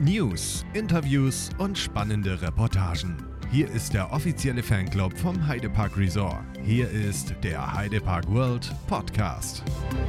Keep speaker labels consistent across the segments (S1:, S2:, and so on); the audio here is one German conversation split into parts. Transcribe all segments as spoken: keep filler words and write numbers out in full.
S1: News, Interviews und spannende Reportagen. Hier ist der offizielle Fanclub vom Heidepark Resort. Hier ist der Heidepark World Podcast.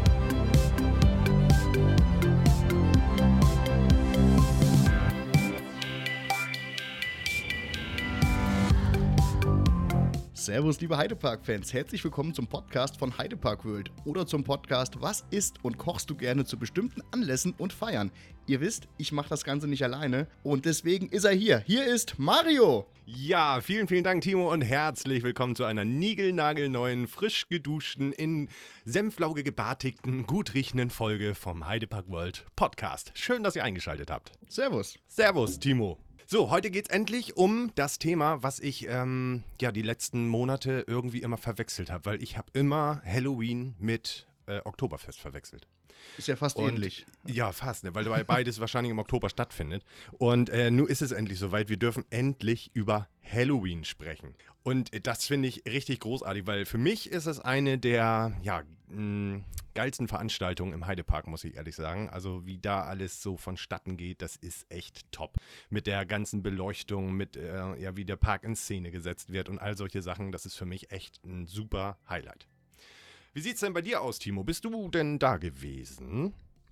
S2: Servus, liebe Heidepark-Fans. Herzlich willkommen zum Podcast von Heidepark World oder zum Podcast Was isst und kochst du gerne zu bestimmten Anlässen und Feiern? Ihr wisst, ich mache das Ganze nicht alleine und deswegen ist er hier. Hier ist Mario.
S3: Ja, vielen, vielen Dank, Timo, und herzlich willkommen zu einer niegelnagelneuen, frisch geduschten, in Senflauge gebartigten, gut riechenden Folge vom Heidepark World Podcast. Schön, dass ihr eingeschaltet habt.
S2: Servus.
S3: Servus, Timo. So, heute geht's endlich um das Thema, was ich ähm, ja die letzten Monate irgendwie immer verwechselt habe, weil ich habe immer Halloween mit äh, Oktoberfest verwechselt.
S2: Ist ja fast
S3: Und,
S2: ähnlich.
S3: Ja, fast, ne? Weil beides wahrscheinlich im Oktober stattfindet. Und äh, nun ist es endlich soweit. Wir dürfen endlich über Halloween sprechen. Und äh, das finde ich richtig großartig, weil für mich ist es eine der ja, mh, geilsten Veranstaltungen im Heidepark, muss ich ehrlich sagen. Also wie da alles so vonstatten geht, das ist echt top. Mit der ganzen Beleuchtung, mit äh, ja, wie der Park in Szene gesetzt wird und all solche Sachen, das ist für mich echt ein super Highlight. Wie sieht's denn bei dir aus, Timo? Bist du denn da gewesen?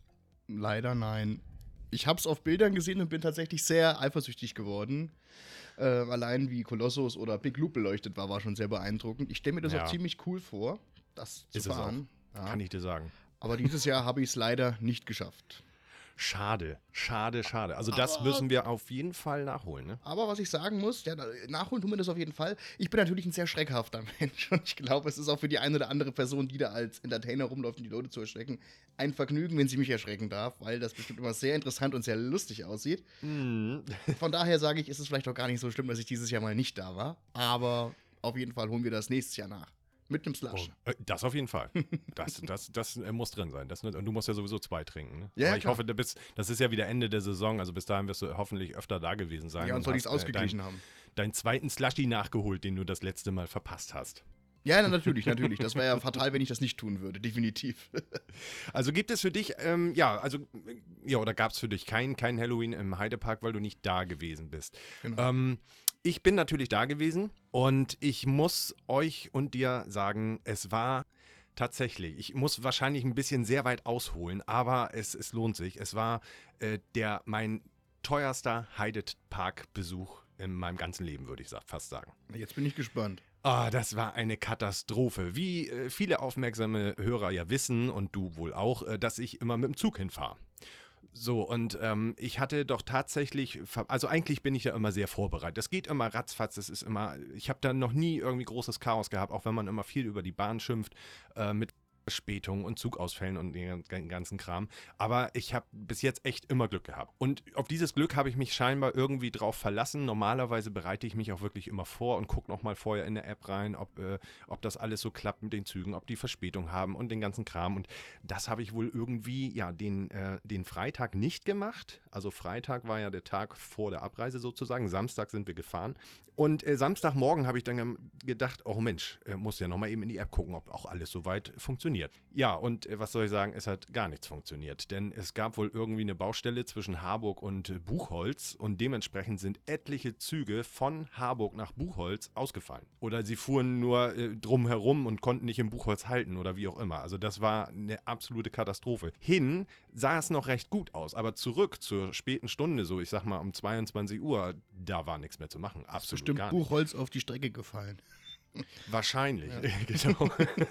S2: Leider nein. Ich hab's auf Bildern gesehen und bin tatsächlich sehr eifersüchtig geworden. Äh, allein wie Kolossus oder Big Loop beleuchtet war, war schon sehr beeindruckend. Ich stelle mir das
S3: Ja.
S2: auch ziemlich cool vor, das zu
S3: Ist es
S2: fahren.
S3: auch.
S2: Ja.
S3: Kann ich dir sagen.
S2: Aber dieses Jahr habe ich es leider nicht geschafft.
S3: Schade, schade, schade. Also das
S2: Aber-
S3: müssen wir auf jeden Fall nachholen, ne?
S2: Aber was ich sagen muss, ja, nachholen tun wir das auf jeden Fall. Ich bin natürlich ein sehr schreckhafter Mensch und ich glaube, es ist auch für die eine oder andere Person, die da als Entertainer rumläuft, um die Leute zu erschrecken, ein Vergnügen, wenn sie mich erschrecken darf, weil das bestimmt immer sehr interessant und sehr lustig aussieht.
S3: Mhm.
S2: Von daher sage ich, ist es vielleicht auch gar nicht so schlimm, dass ich dieses Jahr mal nicht da war. Aber auf jeden Fall holen wir das nächstes Jahr nach. Mit einem Slush.
S3: Oh, äh, das auf jeden Fall. Das, das, das äh, muss drin sein. Das, und du musst ja sowieso zwei trinken, ne?
S2: Ja,
S3: Aber ich
S2: klar.
S3: hoffe, du bist, das ist ja wieder Ende der Saison, also bis dahin wirst du hoffentlich öfter da gewesen sein.
S2: Ja, und soll ich es
S3: hast, äh,
S2: ausgeglichen
S3: dein,
S2: haben.
S3: Deinen zweiten Slushy nachgeholt, den du das letzte Mal verpasst hast.
S2: Ja, na, natürlich, natürlich. Das wäre ja fatal, wenn ich das nicht tun würde, definitiv.
S3: Also gibt es für dich, ähm, ja, also, äh, ja, oder gab es für dich kein, kein Halloween im Heidepark, weil du nicht da gewesen bist?
S2: Genau.
S3: Ähm, ich bin natürlich da gewesen und ich muss euch und dir sagen, es war tatsächlich, ich muss wahrscheinlich ein bisschen sehr weit ausholen, aber es, es lohnt sich. Es war äh, der, mein teuerster Heidepark-Besuch in meinem ganzen Leben, würde ich sa- fast sagen.
S2: Jetzt bin ich gespannt.
S3: Ah, das war eine Katastrophe. Wie äh, viele aufmerksame Hörer ja wissen und du wohl auch, äh, dass ich immer mit dem Zug hinfahre. So, und ähm, ich hatte doch tatsächlich, ver- also eigentlich bin ich ja immer sehr vorbereitet. Das geht immer ratzfatz, es ist immer, ich habe da noch nie irgendwie großes Chaos gehabt, auch wenn man immer viel über die Bahn schimpft, äh, mit Verspätungen und Zugausfällen und den gan- ganzen Kram. Aber ich habe bis jetzt echt immer Glück gehabt. Und auf dieses Glück habe ich mich scheinbar irgendwie drauf verlassen. Normalerweise bereite ich mich auch wirklich immer vor und gucke nochmal vorher in der App rein, ob, äh, ob das alles so klappt mit den Zügen, ob die Verspätung haben und den ganzen Kram. Und das habe ich wohl irgendwie, ja, den, äh, den Freitag nicht gemacht. Also Freitag war ja der Tag vor der Abreise sozusagen. Samstag sind wir gefahren. Und äh, Samstagmorgen habe ich dann gem- gedacht, oh Mensch, äh, muss ja nochmal eben in die App gucken, ob auch alles soweit funktioniert. Ja, und äh, was soll ich sagen, es hat gar nichts funktioniert, denn es gab wohl irgendwie eine Baustelle zwischen Harburg und äh, Buchholz und dementsprechend sind etliche Züge von Harburg nach Buchholz ausgefallen. Oder sie fuhren nur äh, drum herum und konnten nicht in Buchholz halten oder wie auch immer. Also das war eine absolute Katastrophe. Hin sah es noch recht gut aus, aber zurück zur späten Stunde, so ich sag mal um zweiundzwanzig Uhr, da war nichts mehr zu machen. Absolut
S2: Bestimmt
S3: gar nicht.
S2: Buchholz auf die Strecke gefallen.
S3: Wahrscheinlich, genau.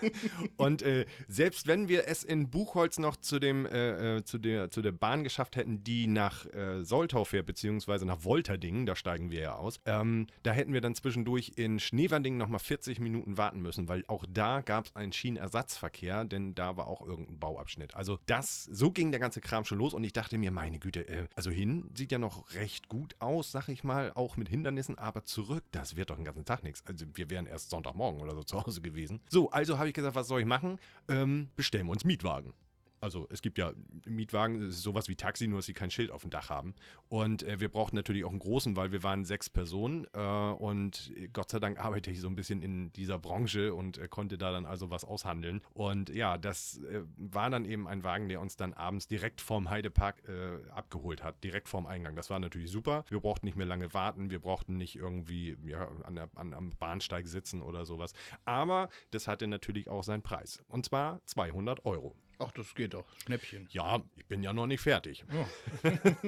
S3: Und äh, selbst wenn wir es in Buchholz noch zu dem äh, äh, zu der zu der Bahn geschafft hätten, die nach äh, Soltau fährt, beziehungsweise nach Wolterdingen, da steigen wir ja aus, ähm, da hätten wir dann zwischendurch in Schneverdingen nochmal vierzig Minuten warten müssen, weil auch da gab es einen Schienenersatzverkehr, denn da war auch irgendein Bauabschnitt. Also das, so ging der ganze Kram schon los und ich dachte mir, meine Güte, äh, also hin sieht ja noch recht gut aus, sag ich mal, auch mit Hindernissen, aber zurück, das wird doch den ganzen Tag nichts. Also wir wären erst Sonntagmorgen oder so zu Hause gewesen. So, also habe ich gesagt, was soll ich machen? Ähm, bestellen wir uns Mietwagen. Also es gibt ja Mietwagen, das ist sowas wie Taxi, nur dass sie kein Schild auf dem Dach haben. Und äh, wir brauchten natürlich auch einen großen, weil wir waren sechs Personen äh, und Gott sei Dank arbeite ich so ein bisschen in dieser Branche und äh, konnte da dann also was aushandeln. Und ja, das äh, war dann eben ein Wagen, der uns dann abends direkt vorm Heidepark äh, abgeholt hat, direkt vorm Eingang. Das war natürlich super. Wir brauchten nicht mehr lange warten, wir brauchten nicht irgendwie ja, an der, an, am Bahnsteig sitzen oder sowas. Aber das hatte natürlich auch seinen Preis. Und zwar zweihundert Euro.
S2: Ach, das geht doch. Schnäppchen.
S3: Ja, ich bin ja noch nicht fertig.
S2: Oh.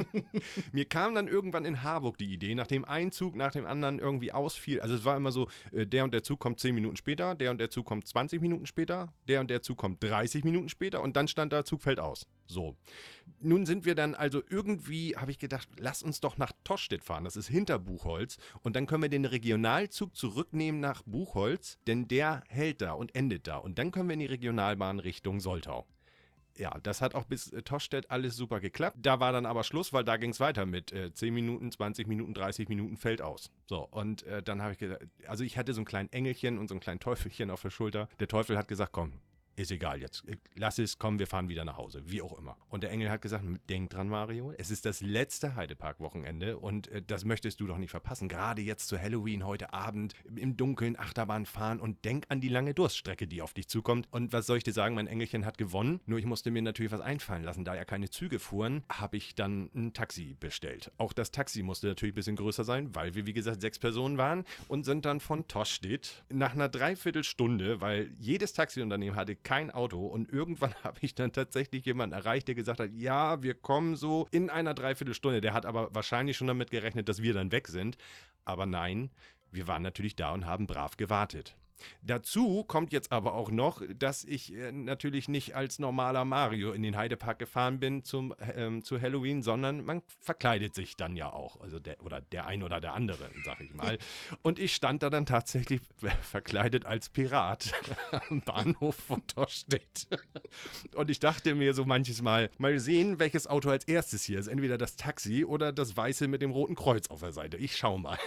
S3: Mir kam dann irgendwann in Harburg die Idee, nachdem ein Zug nach dem anderen irgendwie ausfiel. Also es war immer so, äh, der und der Zug kommt zehn Minuten später, der und der Zug kommt zwanzig Minuten später, der und der Zug kommt dreißig Minuten später und dann stand da, Zug fällt aus. So. Nun sind wir dann also irgendwie, habe ich gedacht, lass uns doch nach Toschstedt fahren. Das ist hinter Buchholz. Und dann können wir den Regionalzug zurücknehmen nach Buchholz, denn der hält da und endet da. Und dann können wir in die Regionalbahn Richtung Soltau. Ja, das hat auch bis äh, Toschstedt alles super geklappt. Da war dann aber Schluss, weil da ging es weiter mit äh, zehn Minuten, zwanzig Minuten, dreißig Minuten fällt aus. So, und äh, dann habe ich gedacht, also ich hatte so ein kleines Engelchen und so ein kleines Teufelchen auf der Schulter. Der Teufel hat gesagt, komm, ist egal jetzt, lass es, komm, wir fahren wieder nach Hause, wie auch immer. Und der Engel hat gesagt, denk dran, Mario, es ist das letzte Heidepark-Wochenende und äh, das möchtest du doch nicht verpassen. Gerade jetzt zu Halloween, heute Abend, im Dunkeln Achterbahn fahren und denk an die lange Durststrecke, die auf dich zukommt. Und was soll ich dir sagen, mein Engelchen hat gewonnen, nur ich musste mir natürlich was einfallen lassen. Da ja keine Züge fuhren, habe ich dann ein Taxi bestellt. Auch das Taxi musste natürlich ein bisschen größer sein, weil wir, wie gesagt, sechs Personen waren und sind dann von Toschstedt nach einer Dreiviertelstunde, weil jedes Taxiunternehmen hatte kein Auto und irgendwann habe ich dann tatsächlich jemanden erreicht, der gesagt hat, ja, wir kommen so in einer Dreiviertelstunde. Der hat aber wahrscheinlich schon damit gerechnet, dass wir dann weg sind. Aber nein, wir waren natürlich da und haben brav gewartet. Dazu kommt jetzt aber auch noch, dass ich äh, natürlich nicht als normaler Mario in den Heidepark gefahren bin zum, ähm, zu Halloween, sondern man verkleidet sich dann ja auch. Also der oder der ein oder der andere, sag ich mal. Und ich stand da dann tatsächlich verkleidet als Pirat am Bahnhof von Toschstedt. Und ich dachte mir so manches Mal, mal sehen, welches Auto als erstes hier ist. Entweder das Taxi oder das Weiße mit dem roten Kreuz auf der Seite. Ich schau mal.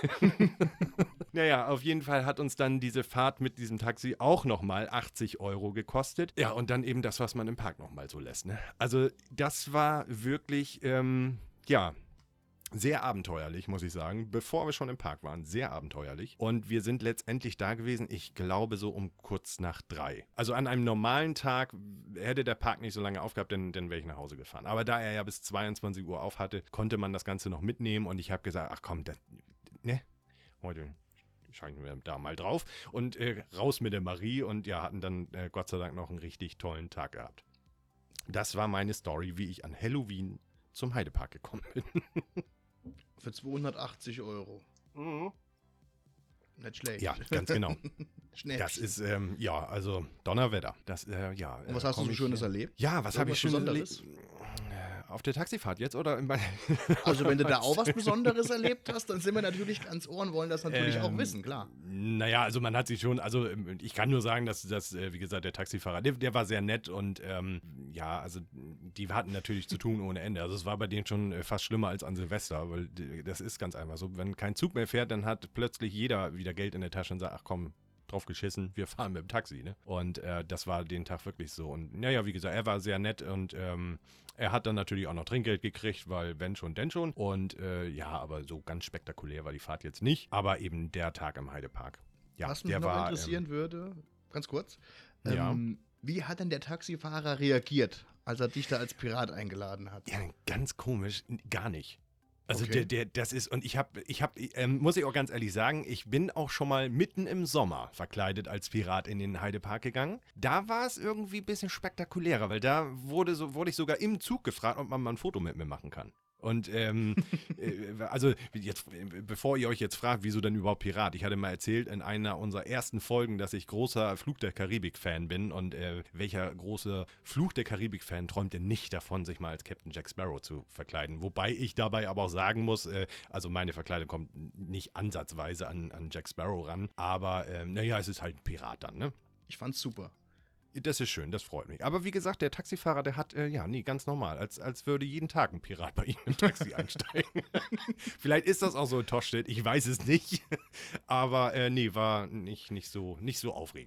S3: Naja, auf jeden Fall hat uns dann diese Fahrt mit diesem Taxi auch nochmal achtzig Euro gekostet. Ja, und dann eben das, was man im Park nochmal so lässt. Ne? Also das war wirklich, ähm, ja, sehr abenteuerlich, muss ich sagen. Bevor wir schon im Park waren, sehr abenteuerlich. Und wir sind letztendlich da gewesen, ich glaube so um kurz nach drei. Also an einem normalen Tag hätte der Park nicht so lange aufgehabt, dann, dann wäre ich nach Hause gefahren. Aber da er ja bis zweiundzwanzig Uhr auf hatte, konnte man das Ganze noch mitnehmen. Und ich habe gesagt, ach komm, das, ne, heute scheinen wir da mal drauf und äh, raus mit der Marie und ja, hatten dann äh, Gott sei Dank noch einen richtig tollen Tag gehabt. Das war meine Story, wie ich an Halloween zum Heidepark gekommen bin.
S2: Für zweihundertachtzig Euro.
S3: Mhm.
S2: Nicht schlecht.
S3: Ja, ganz genau.
S2: Schnäppchen.
S3: Das ist, ähm, ja, also Donnerwetter. Das, äh, ja.
S2: Und was
S3: äh,
S2: hast du so
S3: ich,
S2: Schönes
S3: äh,
S2: erlebt?
S3: Ja, was habe ich
S2: Irgendwas
S3: Schönes
S2: Besonderes?
S3: erlebt? Auf der Taxifahrt jetzt oder? In mein
S2: Also wenn du da auch was Besonderes erlebt hast, dann sind wir natürlich ganz ohr und wollen das natürlich
S3: Ähm,
S2: auch wissen, klar.
S3: Naja, also man hat sich schon, also ähm, ich kann nur sagen, dass, dass äh, wie gesagt, der Taxifahrer, der, der war sehr nett und ähm, ja, also die hatten natürlich zu tun ohne Ende. Also es war bei denen schon äh, fast schlimmer als an Silvester, weil die, das ist ganz einfach so. Wenn kein Zug mehr fährt, dann hat plötzlich jeder wieder Geld in der Tasche und sagt, ach komm, drauf geschissen, wir fahren mit dem Taxi, ne? Und äh, das war den Tag wirklich so. Und naja, wie gesagt, er war sehr nett und ähm, er hat dann natürlich auch noch Trinkgeld gekriegt, weil wenn schon, denn schon. Und äh, ja, aber so ganz spektakulär war die Fahrt jetzt nicht. Aber eben der Tag im Heidepark. Ja,
S2: Was mich
S3: der
S2: noch
S3: war,
S2: interessieren
S3: ähm,
S2: würde, ganz kurz,
S3: Ja.
S2: ähm, wie hat denn der Taxifahrer reagiert, als er dich da als Pirat eingeladen hat?
S3: Ja, ganz komisch, n- gar nicht. Also
S2: Okay.
S3: der, der, das ist, und ich habe, ich habe, ähm, muss ich auch ganz ehrlich sagen, ich bin auch schon mal mitten im Sommer verkleidet als Pirat in den Heidepark gegangen. Da war es irgendwie ein bisschen spektakulärer, weil da wurde, so, wurde ich sogar im Zug gefragt, ob man mal ein Foto mit mir machen kann. Und ähm, äh, also jetzt, bevor ihr euch jetzt fragt, wieso denn überhaupt Pirat? Ich hatte mal erzählt in einer unserer ersten Folgen, dass ich großer Fluch der Karibik-Fan bin und äh, welcher große Fluch der Karibik-Fan träumt denn nicht davon, sich mal als Captain Jack Sparrow zu verkleiden? Wobei ich dabei aber auch sagen muss, äh, also meine Verkleidung kommt nicht ansatzweise an, an Jack Sparrow ran, aber ähm, naja, es ist halt ein Pirat dann, ne?
S2: Ich fand's super.
S3: Das ist schön, das freut mich. Aber wie gesagt, der Taxifahrer, der hat, äh, ja, nee, ganz normal, als, als würde jeden Tag ein Pirat bei ihm im Taxi einsteigen. Vielleicht ist das auch so in Toschstedt, ich weiß es nicht. Aber äh, nee, war nicht, nicht, so, nicht so aufregend, nee.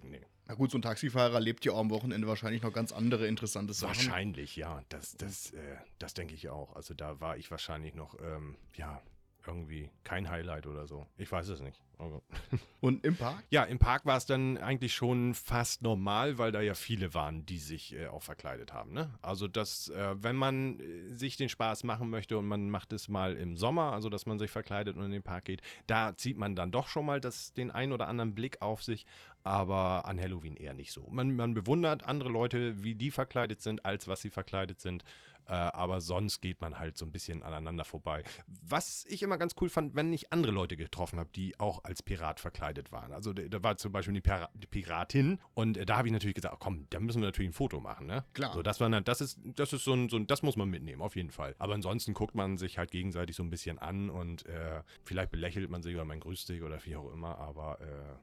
S2: Na gut, so ein Taxifahrer lebt ja auch am Wochenende wahrscheinlich noch ganz andere interessante Sachen.
S3: Wahrscheinlich, ja. Das, das, äh, das denke ich auch. Also da war ich wahrscheinlich noch, ähm, ja, irgendwie kein Highlight oder so. Ich weiß es nicht. Also.
S2: Und im Park?
S3: Ja, im Park war es dann eigentlich schon fast normal, weil da ja viele waren, die sich äh, auch verkleidet haben. Ne? Also das, äh, wenn man äh, sich den Spaß machen möchte und man macht es mal im Sommer, also dass man sich verkleidet und in den Park geht, da zieht man dann doch schon mal das, den einen oder anderen Blick auf sich, aber an Halloween eher nicht so. Man, man bewundert andere Leute, wie die verkleidet sind, als was sie verkleidet sind. Äh, aber sonst geht man halt so ein bisschen aneinander vorbei. Was ich immer ganz cool fand, wenn ich andere Leute getroffen habe, die auch als Pirat verkleidet waren. Also da, da war zum Beispiel die, Pira- die Piratin und äh, da habe ich natürlich gesagt, oh, komm, da müssen wir natürlich ein Foto machen, ne?
S2: Klar.
S3: So, das war dann, das ist, das ist so ein, so ein, das muss man mitnehmen, auf jeden Fall. Aber ansonsten guckt man sich halt gegenseitig so ein bisschen an und äh, vielleicht belächelt man sich oder man grüßt sich oder wie auch immer, aber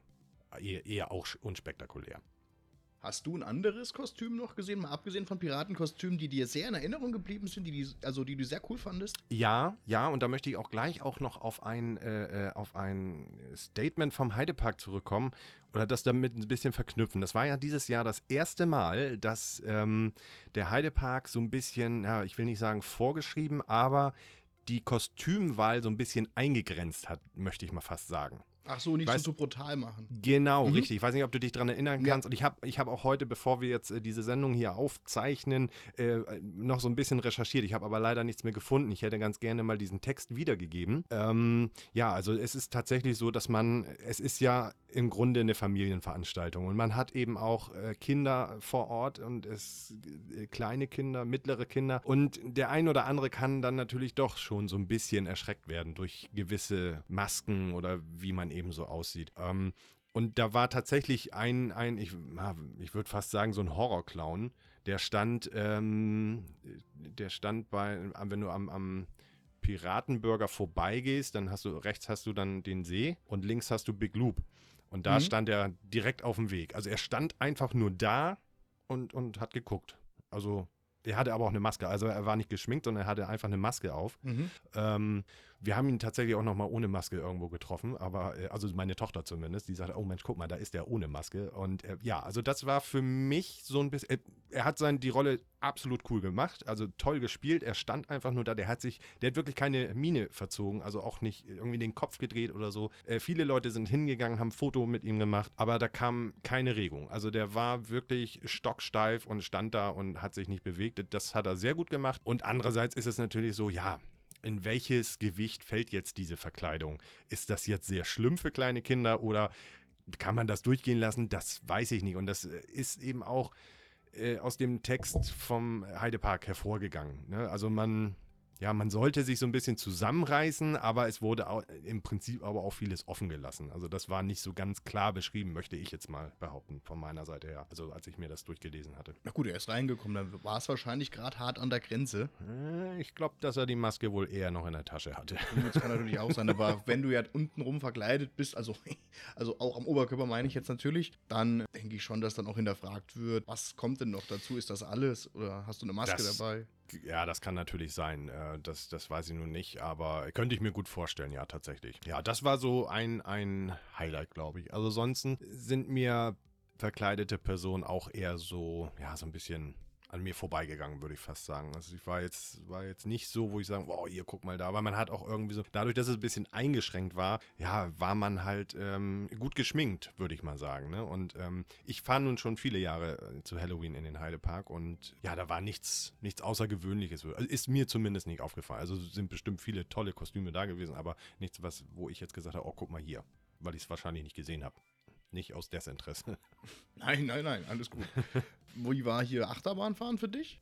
S3: äh, eher, eher auch unspektakulär.
S2: Hast du ein anderes Kostüm noch gesehen, mal abgesehen von Piratenkostümen, die dir sehr in Erinnerung geblieben sind, die, die, also die du sehr cool fandest?
S3: Ja, ja, und da möchte ich auch gleich auch noch auf ein, äh, auf ein Statement vom Heidepark zurückkommen oder das damit ein bisschen verknüpfen. Das war ja dieses Jahr das erste Mal, dass ähm, der Heidepark so ein bisschen, ja, ich will nicht sagen vorgeschrieben, aber die Kostümwahl so ein bisschen eingegrenzt hat, möchte ich mal fast sagen.
S2: Ach so, nicht
S3: Weißt-
S2: so brutal machen.
S3: Genau,
S2: Mhm.
S3: richtig. Ich weiß nicht, ob du dich daran erinnern
S2: Ja.
S3: kannst. Und ich habe ich hab auch heute, bevor wir jetzt äh, diese Sendung hier aufzeichnen, äh, noch so ein bisschen recherchiert. Ich habe aber leider nichts mehr gefunden. Ich hätte ganz gerne mal diesen Text wiedergegeben. Ähm, ja, also es ist tatsächlich so, dass man, es ist ja im Grunde eine Familienveranstaltung. Und man hat eben auch äh, Kinder vor Ort und es äh, kleine Kinder, mittlere Kinder. Und der ein oder andere kann dann natürlich doch schon so ein bisschen erschreckt werden durch gewisse Masken oder wie man eben so aussieht. Ähm, und da war tatsächlich ein, ein ich, ich würde fast sagen, so ein Horrorclown, der stand, ähm, der stand bei, wenn du am, am Piratenburger vorbeigehst, dann hast du, rechts hast du dann den See und links hast du Big Loop. Und da
S2: Mhm.
S3: stand er direkt auf dem Weg. Also er stand einfach nur da und, und hat geguckt. Also er hatte aber auch eine Maske. Also er war nicht geschminkt, sondern er hatte einfach eine Maske auf.
S2: Mhm.
S3: Ähm, wir haben ihn tatsächlich auch nochmal ohne Maske irgendwo getroffen, aber, äh, also meine Tochter zumindest, die sagte, oh Mensch, guck mal, da ist der ohne Maske. Und äh, ja, also das war für mich so ein bisschen, äh, er hat sein, die Rolle absolut cool gemacht, also toll gespielt, er stand einfach nur da, der hat sich, der hat wirklich keine Miene verzogen, also auch nicht irgendwie den Kopf gedreht oder so. Äh, viele Leute sind hingegangen, haben ein Foto mit ihm gemacht, aber da kam keine Regung. Also der war wirklich stocksteif und stand da und hat sich nicht bewegt. Das hat er sehr gut gemacht. Und andererseits ist es natürlich so, ja, in welches Gewicht fällt jetzt diese Verkleidung? Ist das jetzt sehr schlimm für kleine Kinder oder kann man das durchgehen lassen? Das weiß ich nicht. Und das äh, ist eben auch äh, aus dem Text vom Heidepark hervorgegangen. Ne? Also man, ja, man sollte sich so ein bisschen zusammenreißen, aber es wurde auch, im Prinzip aber auch vieles offen gelassen. Also das war nicht so ganz klar beschrieben, möchte ich jetzt mal behaupten, von meiner Seite her. Also als ich mir das durchgelesen hatte.
S2: Na gut, er ist reingekommen, dann war es wahrscheinlich gerade hart an der Grenze.
S3: Äh, Ich glaube, dass er die Maske wohl eher noch in der Tasche hatte.
S2: Das kann natürlich auch sein, aber wenn du ja untenrum verkleidet bist, also, also auch am Oberkörper meine ich jetzt natürlich, dann denke ich schon, dass dann auch hinterfragt wird, was kommt denn noch dazu? Ist das alles? Oder hast du eine Maske
S3: Das-
S2: dabei?
S3: Ja, das kann natürlich sein. Äh, Das, das weiß ich nun nicht, aber könnte ich mir gut vorstellen, ja, tatsächlich. Ja, das war so ein, ein Highlight, glaube ich. Also sonst sind mir verkleidete Personen auch eher so, ja, so ein bisschen an mir vorbeigegangen, würde ich fast sagen. Also ich war jetzt, war jetzt nicht so, wo ich sage, wow, hier, guck mal da. Aber man hat auch irgendwie so, dadurch, dass es ein bisschen eingeschränkt war, ja, war man halt ähm, gut geschminkt, würde ich mal sagen. Ne? Und ähm, ich fahre nun schon viele Jahre äh, zu Halloween in den Heidepark und ja, da war nichts, nichts Außergewöhnliches. Also ist mir zumindest nicht aufgefallen. Also sind bestimmt viele tolle Kostüme da gewesen, aber nichts, was, wo ich jetzt gesagt habe, oh, guck mal hier, weil ich es wahrscheinlich nicht gesehen habe. Nicht aus Desinteresse.
S2: Nein, nein, nein, alles gut. Wie war hier Achterbahnfahren für dich?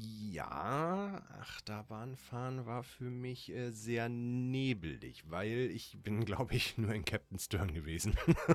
S3: Ja, Achterbahnfahren war für mich äh, sehr nebelig, weil ich bin, glaube ich, nur in Captain Stern gewesen.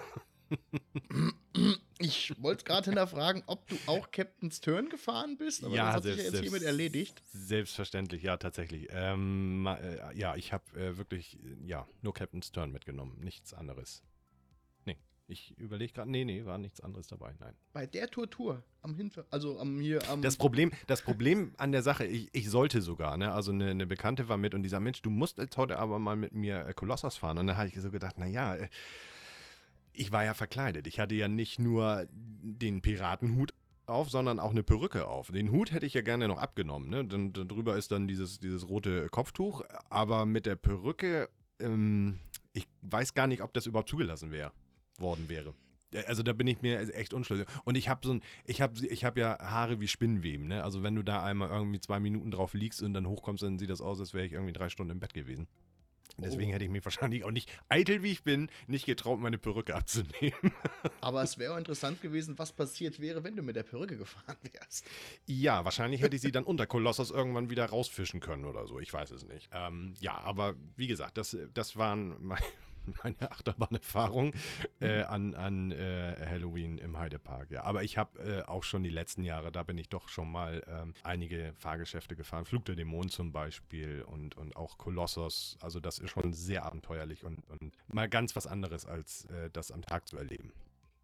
S2: Ich wollte gerade hinterfragen, ob du auch Captain's Turn gefahren bist, aber
S3: Ja,
S2: das hat sich ja
S3: selbst-
S2: jetzt hiermit
S3: selbst-
S2: erledigt.
S3: Selbstverständlich, ja, tatsächlich. Ähm, ma- äh, ja, ich habe äh, wirklich, äh, ja, nur Captain Stern mitgenommen, nichts anderes. Nee, ich überlege gerade, nee, nee, war nichts anderes dabei, nein.
S2: Bei der Tour-Tour am Hinter, also am hier am.
S3: Das Problem, das Problem an der Sache, ich, ich sollte sogar, ne, also eine, eine Bekannte war mit und die sagt, Mensch, du musst jetzt heute aber mal mit mir äh, Kolossos fahren. Und dann habe ich so gedacht, naja, äh, ich war ja verkleidet. Ich hatte ja nicht nur den Piratenhut auf, sondern auch eine Perücke auf. Den Hut hätte ich ja gerne noch abgenommen, ne? Dann, dann drüber ist dann dieses, dieses rote Kopftuch, aber mit der Perücke, ähm, ich weiß gar nicht, ob das überhaupt zugelassen wäre, worden wäre. Also da bin ich mir echt unschlüssig. Und ich habe so ein, ich habe ich hab ja Haare wie Spinnenweben, ne? Also wenn du da einmal irgendwie zwei Minuten drauf liegst und dann hochkommst, dann sieht das aus, als wäre ich irgendwie drei Stunden im Bett gewesen. Deswegen
S2: Oh.
S3: hätte ich mich wahrscheinlich auch nicht, eitel wie ich bin, nicht getraut, meine Perücke abzunehmen.
S2: Aber es wäre auch interessant gewesen, was passiert wäre, wenn du mit der Perücke gefahren wärst.
S3: Ja, wahrscheinlich hätte ich sie dann unter Kolossos irgendwann wieder rausfischen können oder so. Ich weiß es nicht. Ähm, ja, aber wie gesagt, das, das waren mein, meine Achterbahnerfahrungen äh, an, an äh, Halloween im Heidepark. Ja, aber ich habe äh, auch schon die letzten Jahre, da bin ich doch schon mal ähm, einige Fahrgeschäfte gefahren. Flug der Dämonen zum Beispiel und, und auch Kolossos. Also das ist schon sehr abenteuerlich und, und mal ganz was anderes, als äh, das am Tag zu erleben.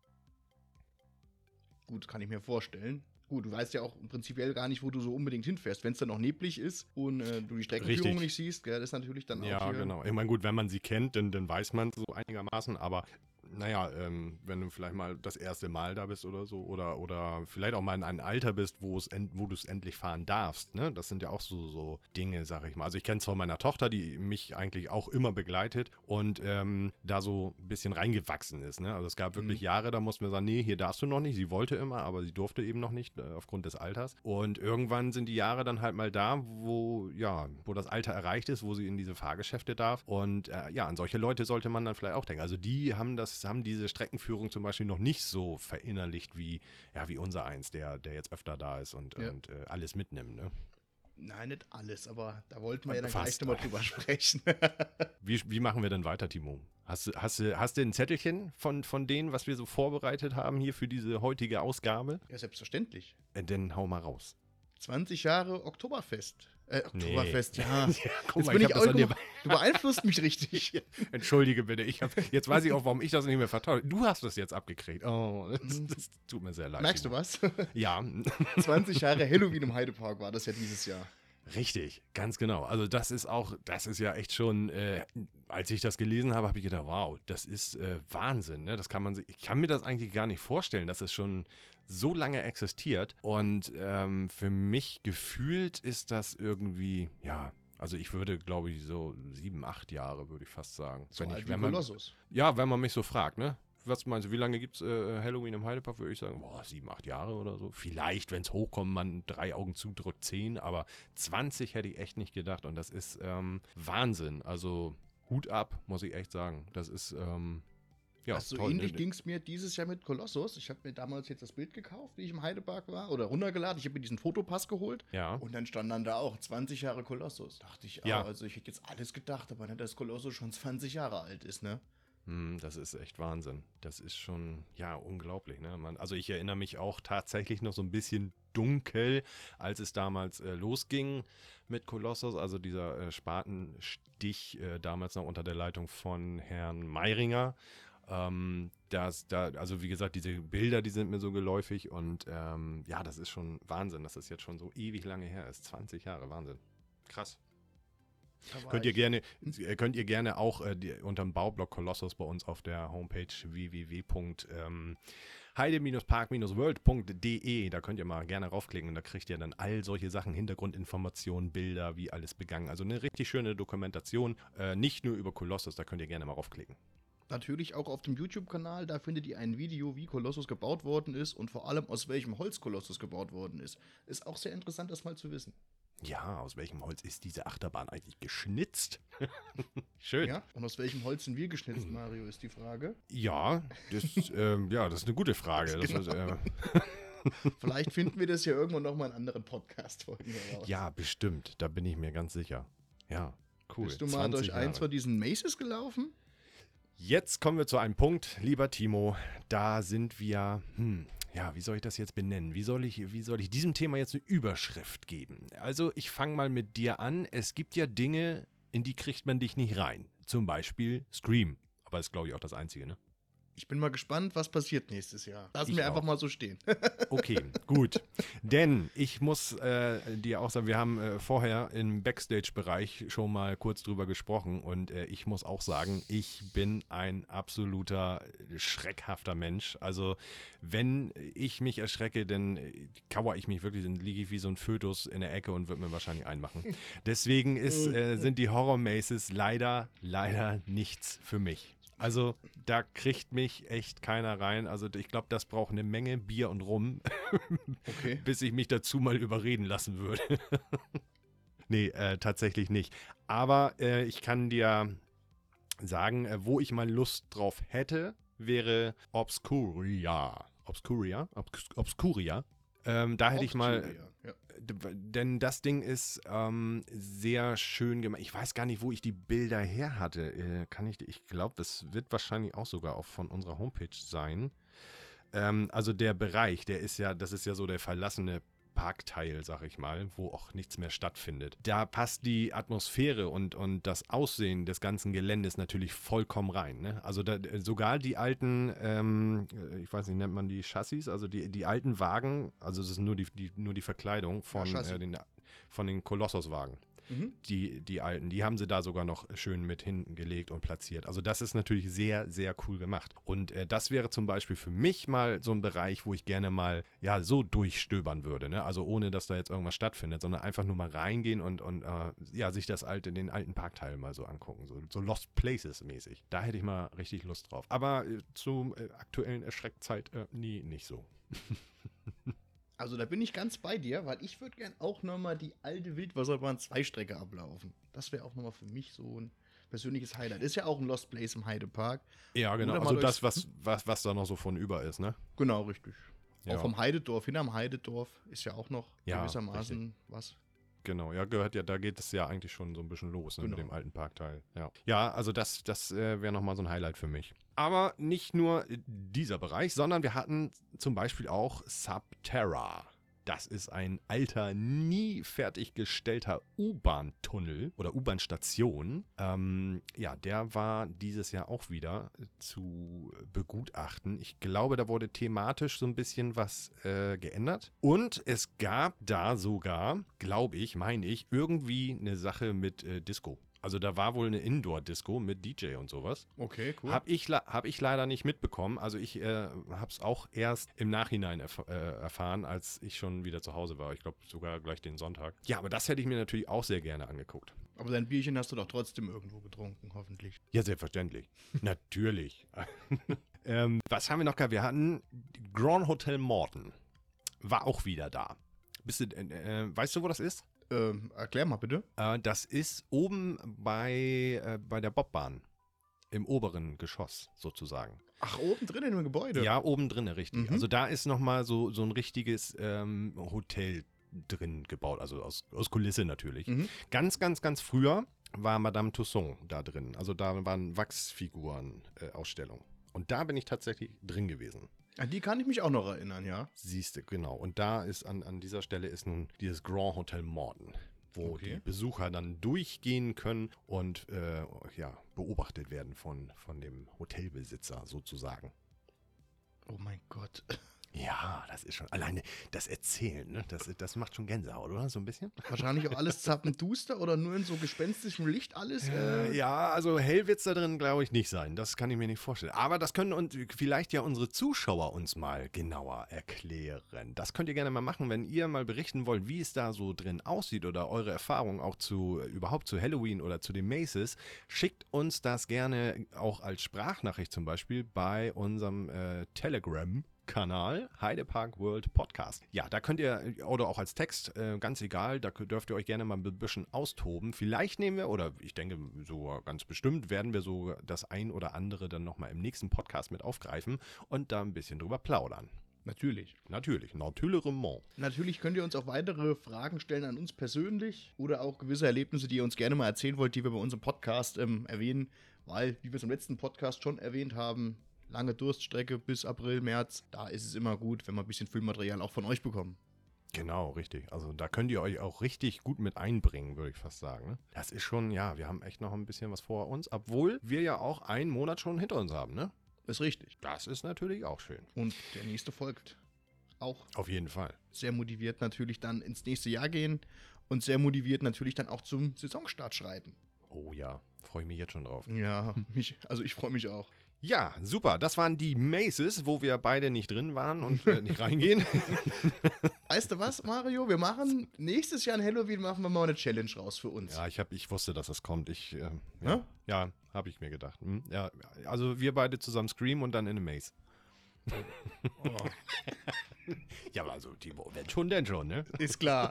S2: Gut, kann ich mir vorstellen. Gut, du weißt ja auch prinzipiell gar nicht, wo du so unbedingt hinfährst. Wenn es dann noch neblig ist und äh, du die Streckenführung
S3: Richtig.
S2: nicht siehst, gell, das ist natürlich dann auch
S3: Ja,
S2: hier...
S3: genau. Ich meine, gut, wenn man sie kennt, dann, dann weiß man es so einigermaßen, aber naja, ähm, wenn du vielleicht mal das erste Mal da bist oder so oder, oder vielleicht auch mal in einem Alter bist, wo es end, wo du es endlich fahren darfst, ne? Das sind ja auch so, so Dinge, sag ich mal. Also ich kenne es von meiner Tochter, die mich eigentlich auch immer begleitet und ähm, da so ein bisschen reingewachsen ist, ne? Also es gab wirklich
S2: Mhm.
S3: Jahre, da mussten wir sagen, nee, hier darfst du noch nicht. Sie wollte immer, aber sie durfte eben noch nicht, äh, aufgrund des Alters. Und irgendwann sind die Jahre dann halt mal da, wo, ja, wo das Alter erreicht ist, wo sie in diese Fahrgeschäfte darf. Und äh, ja, an solche Leute sollte man dann vielleicht auch denken. Also die haben das, haben diese Streckenführung zum Beispiel noch nicht so verinnerlicht wie, ja, wie unser eins, der, der jetzt öfter da ist und,
S2: Ja.
S3: und äh, alles mitnimmt, ne?
S2: Nein, nicht alles, aber da wollten wir ja dann
S3: Fast.
S2: gleich nochmal drüber sprechen.
S3: Wie, wie machen wir denn weiter, Timo? Hast du, hast du, hast du ein Zettelchen von, von denen, was wir so vorbereitet haben hier für diese heutige Ausgabe?
S2: Ja, selbstverständlich.
S3: Äh, dann hau mal raus.
S2: zwanzig Jahre Oktoberfest. Äh, Oktoberfest,
S3: Nee.
S2: ja.
S3: Ja, guck
S2: Jetzt
S3: mal,
S2: bin
S3: ich
S2: ich
S3: hab das
S2: auch,
S3: an dir-
S2: du beeinflusst mich richtig.
S3: Entschuldige bitte, ich hab, jetzt weiß ich auch, warum ich das nicht mehr vertraue. Du hast das jetzt abgekriegt. Oh, das, das tut mir sehr leid.
S2: Merkst du
S3: Timo.
S2: was?
S3: Ja,
S2: zwanzig Jahre Halloween im Heidepark war das ja dieses Jahr.
S3: richtig, ganz genau. Also das ist auch, das ist ja echt schon, äh, als ich das gelesen habe, habe ich gedacht, wow, das ist äh, Wahnsinn. Ne? Das kann man sich, ich kann mir das eigentlich gar nicht vorstellen, dass es schon so lange existiert. Und ähm, für mich gefühlt ist das irgendwie, ja, also ich würde, glaube ich, so sieben, acht Jahre, würde ich fast sagen.
S2: So
S3: wenn
S2: alt
S3: ich,
S2: wie
S3: wenn man,
S2: Kolossus.
S3: ja, wenn man mich so fragt, ne? Was meinst du, wie lange gibt es äh, Halloween im Heidepark? Würde ich sagen, boah, sieben, acht Jahre oder so. Vielleicht, wenn es hochkommt, man drei Augen zudrückt, zehn, aber zwanzig hätte ich echt nicht gedacht und das ist ähm, Wahnsinn. Also Hut ab, muss ich echt sagen. Das ist, ähm, ja,
S2: also so
S3: toll.
S2: ähnlich
S3: Ne?
S2: ging es mir dieses Jahr mit Kolossus. Ich habe mir damals jetzt das Bild gekauft, wie ich im Heidepark war, oder runtergeladen. Ich habe mir diesen Fotopass geholt.
S3: Ja.
S2: Und dann stand dann da auch zwanzig Jahre Kolossus. Dachte ich,
S3: Ja.
S2: ah, also ich hätte jetzt alles gedacht, aber nicht, dass Kolossus schon zwanzig Jahre alt ist, ne?
S3: Hm, das ist echt Wahnsinn. Das ist schon, ja, unglaublich. Ne? Man, also ich erinnere mich auch tatsächlich noch so ein bisschen dunkel, als es damals äh, losging mit Kolossus, also dieser äh, Spatenstich, äh, damals noch unter der Leitung von Herrn Meiringer. Ähm, das, da, also wie gesagt, diese Bilder, die sind mir so geläufig und ähm, ja, das ist schon Wahnsinn, dass das jetzt schon so ewig lange her ist. zwanzig Jahre, Wahnsinn. Krass.
S2: Da war
S3: Könnt ihr
S2: ich-
S3: gerne, äh, könnt ihr gerne auch äh, die, unterm Baublock Kolossus bei uns auf der Homepage w w w punkt heide Park world punkt de, da könnt ihr mal gerne raufklicken und da kriegt ihr dann all solche Sachen, Hintergrundinformationen, Bilder, wie alles begangen. Also eine richtig schöne Dokumentation, äh, nicht nur über Kolossus, da könnt ihr gerne mal raufklicken.
S2: Natürlich auch auf dem YouTube-Kanal, da findet ihr ein Video, wie Kolossus gebaut worden ist und vor allem aus welchem Holz Kolossus gebaut worden ist. Ist auch sehr interessant, das mal zu wissen.
S3: Ja, aus welchem Holz ist diese Achterbahn eigentlich geschnitzt? Schön.
S2: Ja? Und aus welchem Holz sind wir geschnitzt, Mario, ist die Frage.
S3: Ja, das, ähm, ja, das ist eine gute Frage. Das ist, äh,
S2: Vielleicht finden wir das ja irgendwann nochmal in anderen Podcast-Folgen heraus.
S3: ja, bestimmt, da bin ich mir ganz sicher. Ja, cool.
S2: Bist du mal
S3: zwanzig
S2: durch eins
S3: Jahre.
S2: von diesen Maces gelaufen?
S3: Jetzt kommen wir zu einem Punkt, lieber Timo, da sind wir, hm, ja, wie soll ich das jetzt benennen? Wie soll ich, wie soll ich diesem Thema jetzt eine Überschrift geben? Also ich fange mal mit dir an. Es gibt ja Dinge, in die kriegt man dich nicht rein. Zum Beispiel Scream. Aber ist, glaube ich, auch das Einzige, ne?
S2: Ich bin mal gespannt, was passiert nächstes Jahr. Lassen wir einfach mal so stehen.
S3: Okay, gut. Denn ich muss äh, dir auch sagen, wir haben äh, vorher im Backstage-Bereich schon mal kurz drüber gesprochen und äh, ich muss auch sagen, ich bin ein absoluter schreckhafter Mensch. Also wenn ich mich erschrecke, dann kauere ich mich wirklich, dann liege ich wie so ein Fötus in der Ecke und würde mir wahrscheinlich einmachen. Deswegen ist, äh, sind die Horror-Maces leider, leider nichts für mich. Also da kriegt mich echt keiner rein. Also ich glaube, das braucht eine Menge Bier und Rum, okay. bis ich mich dazu mal überreden lassen würde. Nee, äh, tatsächlich nicht. Aber äh, ich kann dir sagen, äh, wo ich mal Lust drauf hätte, wäre Obscuria. Obscuria? Obs Obscuria. Ähm, da hätte Obscuria, ich mal... Ja. Denn das Ding ist ähm, sehr schön gemacht. Ich weiß gar nicht, wo ich die Bilder her hatte. Äh, kann ich, ich glaube, das wird wahrscheinlich auch sogar auch von unserer Homepage sein. Ähm, also der Bereich, der ist ja, das ist ja so der verlassene Parkteil, sag ich mal, wo auch nichts mehr stattfindet. Da passt die Atmosphäre und, und das Aussehen des ganzen Geländes natürlich vollkommen rein. Ne? Also da, sogar die alten, ähm, ich weiß nicht, nennt man die Chassis, also die, die alten Wagen, also es ist nur die, die, nur die Verkleidung von, ja, äh, den, von den Kolossuswagen. Mhm. Die, die alten, die haben sie da sogar noch schön mit hingelegt und platziert. Also das ist natürlich sehr, sehr cool gemacht. Und äh, das wäre zum Beispiel für mich mal so ein Bereich, wo ich gerne mal ja so durchstöbern würde. Ne? Also ohne, dass da jetzt irgendwas stattfindet, sondern einfach nur mal reingehen und, und äh, ja, sich das alte, den alten Parkteil mal so angucken. So, so Lost Places mäßig. Da hätte ich mal richtig Lust drauf. Aber äh, zur äh, aktuellen Erschreckzeit äh, nie, nicht so.
S2: Also da bin ich ganz bei dir, weil ich würde gern auch nochmal die alte Wildwasserbahn zwei Strecke ablaufen. Das wäre auch nochmal für mich so ein persönliches Highlight. Ist ja auch ein Lost Place im Heidepark.
S3: Ja, genau. Also das, was, was, was da noch so von über ist, ne?
S2: Genau, richtig. Ja. Auch vom Heidedorf, hinterm Heidedorf ist ja auch noch ja, gewissermaßen richtig. Was.
S3: Genau, ja, gehört ja, da geht es ja eigentlich schon so ein bisschen los, ne, genau. Mit dem alten Parkteil. Ja, ja, also das, das äh, wäre nochmal so ein Highlight für mich. Aber nicht nur dieser Bereich, sondern wir hatten zum Beispiel auch Subterra. Das ist ein alter, nie fertiggestellter U-Bahn-Tunnel oder U-Bahn-Station. Ähm, ja, der war dieses Jahr auch wieder zu begutachten. Ich glaube, da wurde thematisch so ein bisschen was äh, geändert. Und es gab da sogar, glaube ich, meine ich, irgendwie eine Sache mit äh, Disco. Also da war wohl eine Indoor-Disco mit D J und sowas.
S2: Okay, cool.
S3: Hab ich, hab ich leider nicht mitbekommen. Also ich äh, habe es auch erst im Nachhinein erf äh, erfahren, als ich schon wieder zu Hause war. Ich glaube sogar gleich den Sonntag. Ja, aber das hätte ich mir natürlich auch sehr gerne angeguckt.
S2: Aber dein Bierchen hast du doch trotzdem irgendwo getrunken, hoffentlich.
S3: Ja, selbstverständlich. Natürlich. ähm, was haben wir noch gehabt? Wir hatten Grand Hotel Morton. War auch wieder da. Bist du, äh, weißt du, wo das ist?
S2: Ähm, erklär mal bitte.
S3: Äh, das ist oben bei, äh, bei der Bobbahn. Im oberen Geschoss sozusagen.
S2: Ach, oben drin in dem Gebäude?
S3: Ja, oben drin, richtig. Mhm. Also da ist nochmal so, so ein richtiges ähm, Hotel drin gebaut. Also aus, aus Kulisse natürlich. Mhm. Ganz, ganz, ganz früher war Madame Tussauds da drin. Also da waren Wachsfiguren-Ausstellungen. Äh, Und da bin ich tatsächlich drin gewesen.
S2: An die kann ich mich auch noch erinnern, ja.
S3: Siehste, genau. Und da ist an, an dieser Stelle ist nun dieses Grand Hotel Morton, wo okay. die Besucher dann durchgehen können und äh, ja, beobachtet werden von, von dem Hotelbesitzer sozusagen.
S2: Oh mein Gott.
S3: Ja, das ist schon, alleine das Erzählen, ne? das, das macht schon Gänsehaut, oder? So ein bisschen?
S2: Wahrscheinlich auch alles zappenduster oder nur in so gespenstischem Licht alles? Äh
S3: ja, also hell wird es da drin, glaube ich, nicht sein. Das kann ich mir nicht vorstellen. Aber das können uns vielleicht ja unsere Zuschauer uns mal genauer erklären. Das könnt ihr gerne mal machen, wenn ihr mal berichten wollt, wie es da so drin aussieht oder eure Erfahrungen auch zu, überhaupt zu Halloween oder zu den Maces. Schickt uns das gerne auch als Sprachnachricht zum Beispiel bei unserem äh, Telegram Kanal Heidepark World Podcast. Ja, da könnt ihr, oder auch als Text, äh, ganz egal, da dürft ihr euch gerne mal ein bisschen austoben. Vielleicht nehmen wir, oder ich denke sogar ganz bestimmt, werden wir so das ein oder andere dann nochmal im nächsten Podcast mit aufgreifen und da ein bisschen drüber plaudern.
S2: Natürlich.
S3: Natürlich, natürlich.
S2: Natürlich könnt ihr uns auch weitere Fragen stellen an uns persönlich oder auch gewisse Erlebnisse, die ihr uns gerne mal erzählen wollt, die wir bei unserem Podcast ähm, erwähnen, weil, wie wir es im letzten Podcast schon erwähnt haben, lange Durststrecke bis April, März. Da ist es immer gut, wenn wir ein bisschen Füllmaterial auch von euch bekommen.
S3: Genau, richtig. Also da könnt ihr euch auch richtig gut mit einbringen, würde ich fast sagen. Das ist schon, ja, wir haben echt noch ein bisschen was vor uns, obwohl wir ja auch einen Monat schon hinter uns haben, ne?
S2: Ist richtig.
S3: Das ist natürlich auch schön.
S2: Und der nächste folgt. Auch
S3: Auf jeden Fall.
S2: sehr motiviert natürlich dann ins nächste Jahr gehen und sehr motiviert natürlich dann auch zum Saisonstart schreiten.
S3: Oh ja, freue ich mich jetzt schon drauf.
S2: Ja, mich, also ich freue mich auch.
S3: Ja, super. Das waren die Maces, wo wir beide nicht drin waren und äh, nicht reingehen.
S2: Weißt du was, Mario? Wir machen nächstes Jahr an Halloween machen wir mal eine Challenge raus für uns.
S3: Ja, ich, hab, ich wusste, dass das kommt. Ich, äh, ja,
S2: Ja?
S3: ja habe ich mir gedacht. Hm? Ja, also wir beide zusammen Scream und dann in eine Maze.
S2: Oh.
S3: Ja, aber also Timo, wenn schon, denn schon, ne?
S2: Ist klar.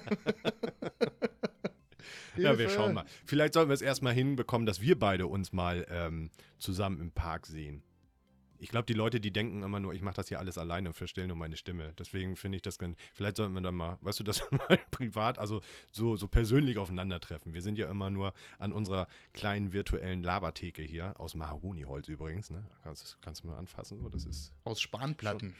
S3: Ja, wir schauen mal. Vielleicht sollten wir es erstmal hinbekommen, dass wir beide uns mal ähm, zusammen im Park sehen. Ich glaube, die Leute, die denken immer nur, ich mache das hier alles alleine und verstelle nur meine Stimme. Deswegen finde ich das ganz. Vielleicht sollten wir dann mal, weißt du, das mal privat, also so, so persönlich aufeinandertreffen. Wir sind ja immer nur an unserer kleinen virtuellen Labertheke hier, aus Mahagoniholz übrigens. Ne? Kannst, kannst du mal anfassen? So, das ist
S2: Aus Spanplatten.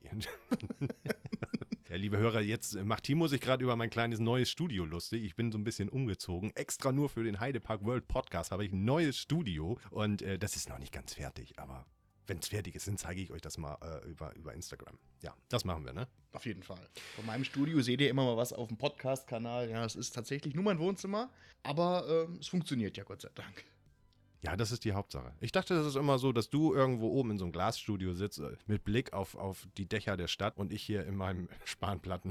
S3: Ja, liebe Hörer, jetzt macht Timo sich gerade über mein kleines neues Studio lustig. Ich bin so ein bisschen umgezogen. Extra nur für den Heidepark World Podcast habe ich ein neues Studio und äh, das ist noch nicht ganz fertig, aber wenn es fertig ist, dann zeige ich euch das mal äh, über, über Instagram. Ja, das machen wir, ne?
S2: Auf jeden Fall. Von meinem Studio seht ihr immer mal was auf dem Podcast-Kanal. Ja, es ist tatsächlich nur mein Wohnzimmer, aber ähm, es funktioniert ja Gott sei Dank.
S3: Ja, das ist die Hauptsache. Ich dachte, das ist immer so, dass du irgendwo oben in so einem Glasstudio sitzt, äh, mit Blick auf, auf die Dächer der Stadt und ich hier in meinem Spanplatten,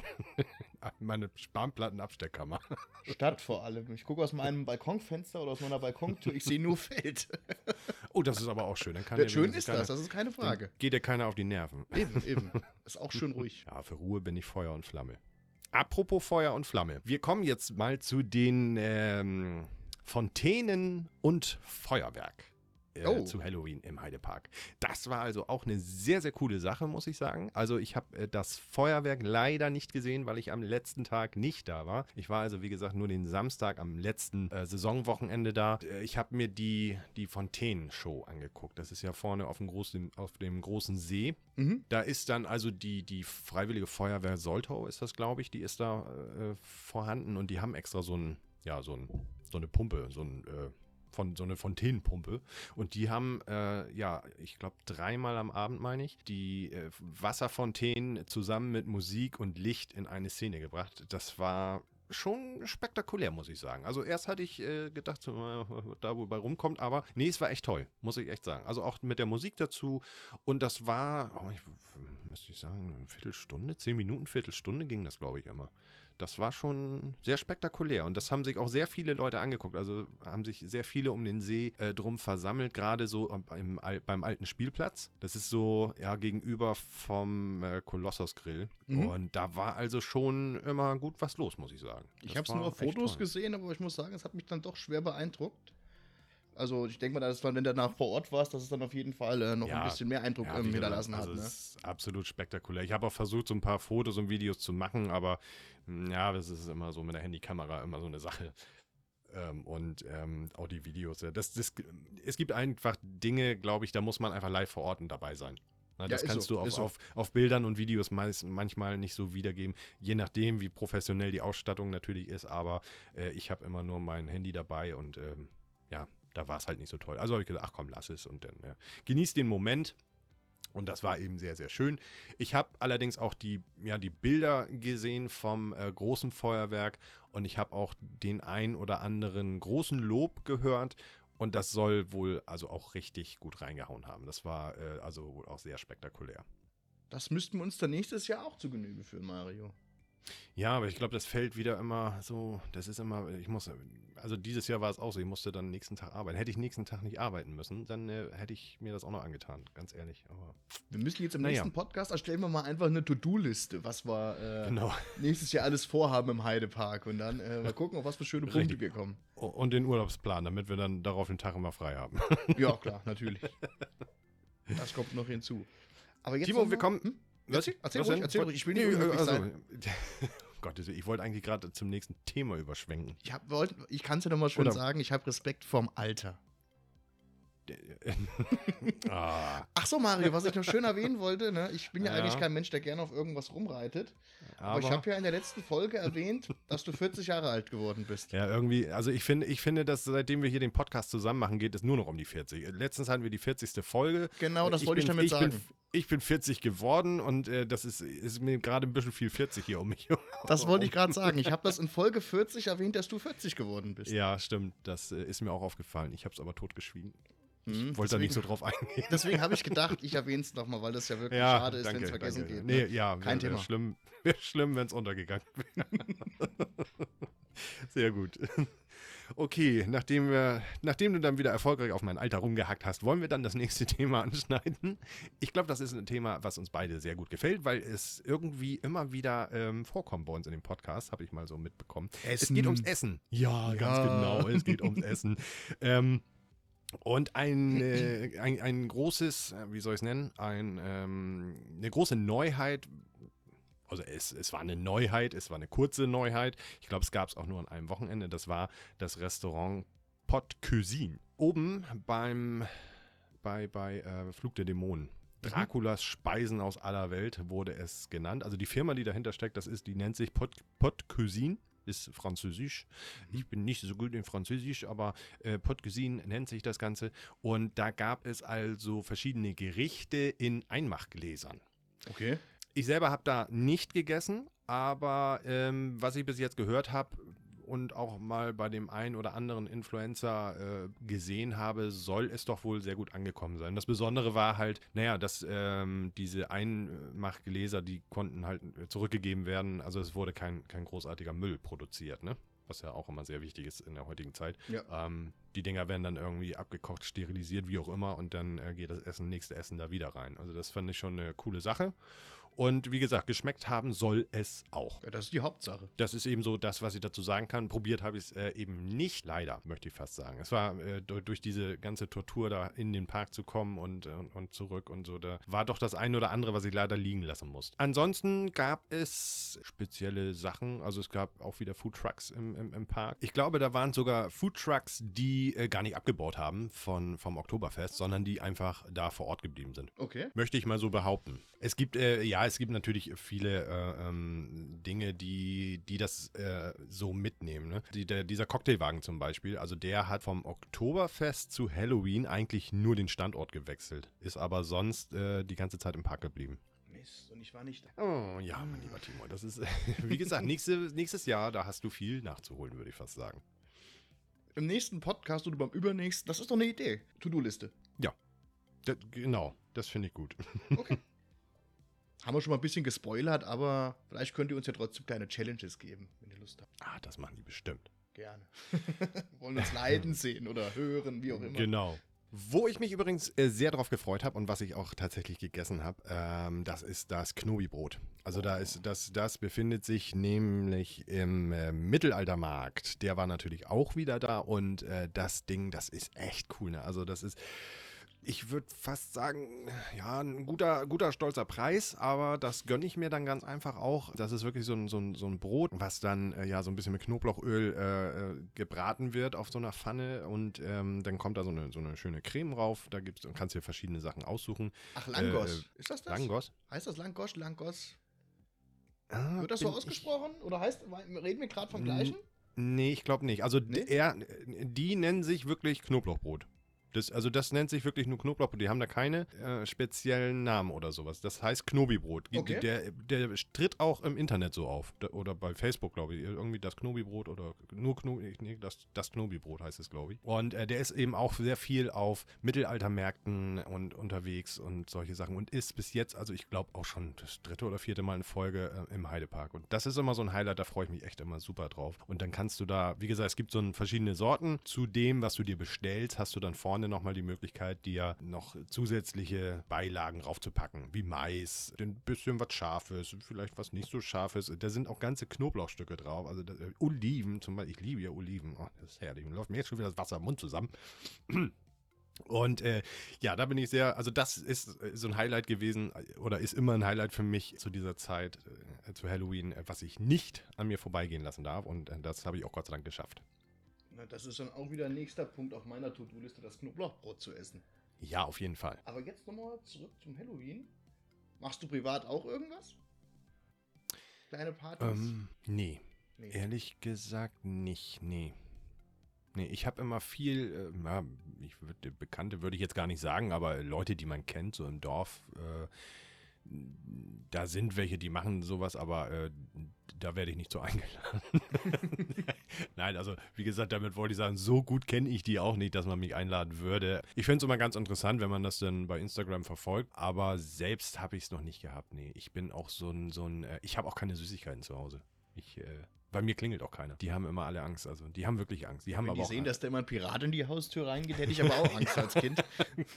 S3: meine Spanplattenabsteckkammer.
S2: Stadt vor allem. Ich gucke aus meinem Balkonfenster oder aus meiner Balkontür, ich sehe nur Feld.
S3: Oh, das ist aber auch schön. Dann kann
S2: Ja,
S3: dir
S2: schön
S3: wenigstens
S2: ist
S3: keiner-
S2: das, das ist keine Frage.
S3: Geht dir keiner auf die Nerven.
S2: Eben, eben. Ist auch schön ruhig.
S3: Ja, für Ruhe bin ich Feuer und Flamme. Apropos Feuer und Flamme. Wir kommen jetzt mal zu den ähm, Fontänen und Feuerwerk. Äh,
S2: Oh.
S3: Zu Halloween im Heidepark. Das war also auch eine sehr, sehr coole Sache, muss ich sagen. Also ich habe äh, das Feuerwerk leider nicht gesehen, weil ich am letzten Tag nicht da war. Ich war also, wie gesagt, nur den Samstag am letzten äh, Saisonwochenende da. Äh, ich habe mir die, die Fontänenshow angeguckt. Das ist ja vorne auf dem großen, auf dem großen See.
S2: Mhm.
S3: Da ist dann also die, die Freiwillige Feuerwehr Soltau, ist das, glaube ich, die ist da äh, vorhanden und die haben extra so ein, ja, so ein, so eine Pumpe, so ein, äh, von so eine Fontänenpumpe. Und die haben, äh, ja, ich glaube, dreimal am Abend, meine ich, die äh, Wasserfontänen zusammen mit Musik und Licht in eine Szene gebracht. Das war schon spektakulär, muss ich sagen. Also erst hatte ich äh, gedacht, so, äh, da wo bei rumkommt, aber nee, es war echt toll, muss ich echt sagen. Also auch mit der Musik dazu und das war, oh, ich, müsste ich sagen, eine Viertelstunde, zehn Minuten, Viertelstunde ging das, glaube ich, immer. Das war schon sehr spektakulär und das haben sich auch sehr viele Leute angeguckt. Also haben sich sehr viele um den See äh, drum versammelt, gerade so im, beim alten Spielplatz. Das ist so ja gegenüber vom äh, Kolossos-Grill.
S2: Mhm.
S3: Und da war also schon immer gut was los, muss ich sagen.
S2: Ich
S3: Das
S2: habe es
S3: war
S2: nur auf
S3: echt
S2: Fotos
S3: toll.
S2: gesehen, aber ich muss sagen, es hat mich dann doch schwer beeindruckt. Also ich denke mal, dass wenn du danach vor Ort warst, dass es dann auf jeden Fall äh, noch
S3: Ja,
S2: ein bisschen mehr Eindruck
S3: Ja,
S2: ähm,
S3: wie
S2: hinterlassen
S3: gesagt,
S2: hat.
S3: also
S2: Ne?
S3: es ist absolut spektakulär. Ich habe auch versucht, so ein paar Fotos und Videos zu machen, aber mh, ja, das ist immer so mit der Handykamera immer so eine Sache. Ähm, und ähm, auch die Videos. ja, Das, das, es gibt einfach Dinge, glaube ich, da muss man einfach live vor Ort dabei sein. Na,
S2: Ja,
S3: das
S2: ist
S3: kannst
S2: so,
S3: du auf,
S2: ist so.
S3: auf, auf Bildern und Videos meist, manchmal nicht so wiedergeben, je nachdem, wie professionell die Ausstattung natürlich ist. Aber äh, ich habe immer nur mein Handy dabei und ähm, ja, da war es halt nicht so toll. Also habe ich gesagt, ach komm, lass es und dann ja. genieß den Moment. Und das war eben sehr, sehr schön. Ich habe allerdings auch die, ja, die Bilder gesehen vom äh, großen Feuerwerk und ich habe auch den ein oder anderen großen Lob gehört. Und das soll wohl also auch richtig gut reingehauen haben. Das war äh, also wohl auch sehr spektakulär.
S2: Das müssten wir uns dann nächstes Jahr auch zu Genüge führen, Mario.
S3: Ja, aber ich glaube, das fällt wieder immer so, das ist immer, ich muss, also dieses Jahr war es auch so, ich musste dann nächsten Tag arbeiten. Hätte ich nächsten Tag nicht arbeiten müssen, dann äh, hätte ich mir das auch noch angetan, ganz ehrlich. Aber
S2: Wir müssen jetzt im
S3: Naja.
S2: nächsten Podcast erstellen wir mal einfach eine To-Do-Liste, was wir äh,
S3: genau.
S2: nächstes Jahr alles vorhaben im Heidepark und dann äh, mal gucken, auf was für schöne Punkte
S3: Richtig.
S2: wir kommen.
S3: Und den Urlaubsplan, damit wir dann darauf den Tag immer frei haben.
S2: Ja, klar, natürlich. Das kommt noch hinzu. Aber jetzt
S3: Timo,
S2: noch mal-
S3: wir kommen.
S2: Hm?
S3: Was?
S2: Erzähl, erzähl
S3: Was
S2: ruhig,
S3: denn?
S2: erzähl ruhig. Ich will nicht
S3: Nee,
S2: unhöflich
S3: also,
S2: sein.
S3: oh Gott, ich wollte eigentlich gerade zum nächsten Thema überschwenken.
S2: Ich, hab, wollt, ich kann es ja noch mal schön
S3: Oder-
S2: sagen, ich habe Respekt vorm Alter.
S3: ah.
S2: Ach so, Mario, was ich noch schön erwähnen wollte, ne? Ich bin ja,
S3: Ja.
S2: eigentlich kein Mensch, der gerne auf irgendwas rumreitet. Aber,
S3: Aber
S2: ich habe ja in der letzten Folge erwähnt, dass du vierzig Jahre alt geworden bist.
S3: ja, irgendwie, also ich finde, ich finde, dass seitdem wir hier den Podcast zusammen machen, geht es nur noch um die vierzig. Letztens hatten wir die vierzigste Folge.
S2: Genau, das wollte ich
S3: bin,
S2: damit
S3: ich
S2: sagen.
S3: Bin, ich bin vierzig geworden und äh, das ist, ist mir gerade ein bisschen viel vierzig hier um mich.
S2: Das wollte ich gerade sagen. Ich habe das in Folge vierzig erwähnt, dass du vierzig geworden bist.
S3: Ja, stimmt. Das äh, ist mir auch aufgefallen. Ich habe es aber totgeschwiegen. Ich
S2: Hm,
S3: wollte da nicht so
S2: deswegen-
S3: drauf eingehen.
S2: Deswegen habe ich gedacht, ich erwähne es nochmal, weil das ja wirklich
S3: Ja,
S2: schade ist, wenn
S3: danke,
S2: es vergessen
S3: danke.
S2: geht.
S3: Nee,
S2: Ne?
S3: ja,
S2: Kein
S3: wär, wär
S2: Thema.
S3: schlimm, wäre schlimm, wenn es untergegangen wäre. Sehr gut. Okay, nachdem, wir, nachdem du dann wieder erfolgreich auf mein Alter rumgehackt hast, wollen wir dann das nächste Thema anschneiden. Ich glaube, das ist ein Thema, was uns beide sehr gut gefällt, weil es irgendwie immer wieder ähm, vorkommt bei uns in dem Podcast, habe ich mal so mitbekommen. Es
S2: Essen.
S3: geht ums Essen. Ja, ganz
S2: Ja.
S3: genau, es geht ums Essen. Ähm, und ein, äh, ein, ein großes, äh, wie soll ich es nennen, ein, ähm, eine große Neuheit, also es, es war eine Neuheit, es war eine kurze Neuheit. Ich glaube, es gab es auch nur an einem Wochenende. Das war das Restaurant Pot Cuisine. Oben beim, bei, bei äh, Flug der Dämonen. Draculas Speisen aus aller Welt wurde es genannt. Also die Firma, die dahinter steckt, das ist, die nennt sich Pot, Pot Cuisine. Ist französisch. Ich bin nicht so gut in Französisch, aber äh, Pot Cuisine nennt sich das Ganze. Und da gab es also verschiedene Gerichte in Einmachgläsern.
S2: Okay.
S3: Ich selber habe da nicht gegessen, aber ähm, was ich bis jetzt gehört habe und auch mal bei dem einen oder anderen Influencer äh, gesehen habe, soll es doch wohl sehr gut angekommen sein. Das Besondere war halt, naja, dass ähm, diese Einmachgläser, die konnten halt zurückgegeben werden. Also es wurde kein, kein großartiger Müll produziert, ne? Was ja auch immer sehr wichtig ist in der heutigen Zeit.
S2: Ja.
S3: Ähm, die Dinger werden dann irgendwie abgekocht, sterilisiert, wie auch immer, und dann äh, geht das Essen, nächste Essen da wieder rein. Also das fand ich schon eine coole Sache. Und wie gesagt, geschmeckt haben soll es auch.
S2: Ja, das ist die Hauptsache.
S3: Das ist eben so das, was ich dazu sagen kann. Probiert habe ich es äh, eben nicht, leider, möchte ich fast sagen. Es war äh, do- durch diese ganze Tortur da in den Park zu kommen und, und, und zurück und so, da war doch das eine oder andere, was ich leider liegen lassen musste. Ansonsten gab es spezielle Sachen, also es gab auch wieder Foodtrucks im, im, im Park. Ich glaube, da waren sogar Foodtrucks, die äh, gar nicht abgebaut haben von, vom Oktoberfest, sondern die einfach da vor Ort geblieben sind.
S2: Okay.
S3: Möchte ich mal so behaupten. Es gibt, äh, ja, es gibt natürlich viele äh, ähm, Dinge, die, die das äh, so mitnehmen. Ne? Die, der, dieser Cocktailwagen zum Beispiel, also der hat vom Oktoberfest zu Halloween eigentlich nur den Standort gewechselt, ist aber sonst äh, die ganze Zeit im Park geblieben.
S2: Mist, und ich war nicht da.
S3: Oh, ja, mein lieber Timo, das ist, wie gesagt, nächste, nächstes Jahr, da hast du viel nachzuholen, würde ich fast sagen.
S2: Im nächsten Podcast oder beim übernächsten, das ist doch eine Idee. To-Do-Liste.
S3: D- genau, das finde ich gut.
S2: Okay. Haben wir schon mal ein bisschen gespoilert, aber vielleicht könnt ihr uns ja trotzdem kleine Challenges geben, wenn ihr Lust habt.
S3: Ah, das machen die bestimmt.
S2: Gerne. Wollen uns leiden sehen oder hören, wie auch immer.
S3: Genau. Wo ich mich übrigens äh, sehr drauf gefreut habe und was ich auch tatsächlich gegessen habe, ähm, das ist das Knobi-Brot. Also da ist das, das befindet sich nämlich im äh, Mittelaltermarkt. Der war natürlich auch wieder da und äh, das Ding, das ist echt cool. Ne? Also das ist, ich würde fast sagen, ja, ein guter, guter, stolzer Preis, aber das gönne ich mir dann ganz einfach auch. Das ist wirklich so ein, so ein, so ein Brot, was dann äh, ja so ein bisschen mit Knoblauchöl äh, äh, gebraten wird auf so einer Pfanne und ähm, dann kommt da so eine, so eine schöne Creme rauf. Da gibt's, kannst du dir verschiedene Sachen aussuchen.
S2: Ach, Langos.
S3: Äh,
S2: ist das das?
S3: Langos.
S2: Heißt das Langos, Langos?
S3: Ah,
S2: Wird das so
S3: bin
S2: ausgesprochen? Oder heißt, reden wir gerade vom
S3: N-
S2: gleichen?
S3: Ich, nee, ich glaube nicht. Also
S2: Nee?
S3: er, die nennen sich wirklich Knoblauchbrot. Das, also das nennt sich wirklich nur Knoblauchbrot. Die haben da keine äh, speziellen Namen oder sowas. Das heißt Knobi-Brot. Die-
S2: Okay.
S3: Der, der tritt auch im Internet so auf. Da, oder bei Facebook, glaube ich. Irgendwie das Knobi-Brot oder nur Knobi, nee, das, das Knobi-Brot heißt es, glaube ich. Und äh, der ist eben auch sehr viel auf Mittelaltermärkten und unterwegs und solche Sachen. Und ist bis jetzt, also ich glaube auch schon das dritte oder vierte Mal in Folge äh, im Heidepark. Und das ist immer so ein Highlight, da freue ich mich echt immer super drauf. Und dann kannst du da, wie gesagt, es gibt so ein, verschiedene Sorten. Zu dem, was du dir bestellst, hast du dann vorne nochmal die Möglichkeit, dir noch zusätzliche Beilagen raufzupacken, wie Mais, ein bisschen was Scharfes, vielleicht was nicht so Scharfes. Da sind auch ganze Knoblauchstücke drauf, also das, äh, Oliven zum Beispiel, ich liebe ja Oliven, oh, das ist herrlich, mir läuft mir jetzt schon wieder das Wasser im Mund zusammen. Und äh, ja, da bin ich sehr, also das ist äh, so ein Highlight gewesen äh, oder ist immer ein Highlight für mich zu dieser Zeit, äh, zu Halloween, äh, was ich nicht an mir vorbeigehen lassen darf und äh, das habe ich auch Gott sei Dank geschafft.
S2: Na, das ist dann auch wieder ein nächster Punkt auf meiner To-Do-Liste, das Knoblauchbrot zu essen.
S3: Ja, auf jeden Fall.
S2: Aber jetzt nochmal zurück zum Halloween. Machst du privat auch irgendwas? Kleine Partys?
S3: Ähm, nee.
S2: Nee.
S3: Ehrlich gesagt nicht, nee. Nee, ich habe immer viel, äh, ja, ich würd, Bekannte würde ich jetzt gar nicht sagen, aber Leute, die man kennt, so im Dorf, äh, da sind welche, die machen sowas, aber äh, da werde ich nicht so eingeladen. Nein, also wie gesagt, damit wollte ich sagen, so gut kenne ich die auch nicht, dass man mich einladen würde. Ich finde es immer ganz interessant, wenn man das dann bei Instagram verfolgt, aber selbst habe ich es noch nicht gehabt. Nee, ich bin auch so ein, so ein, äh, ich habe auch keine Süßigkeiten zu Hause. Ich, äh, bei mir klingelt auch keiner. Die haben immer alle Angst, also die haben wirklich Angst. Die haben
S2: Wenn
S3: aber
S2: die
S3: auch
S2: sehen,
S3: Angst.
S2: dass da immer ein Pirat in die Haustür reingeht, hätte ich aber auch Angst als Kind.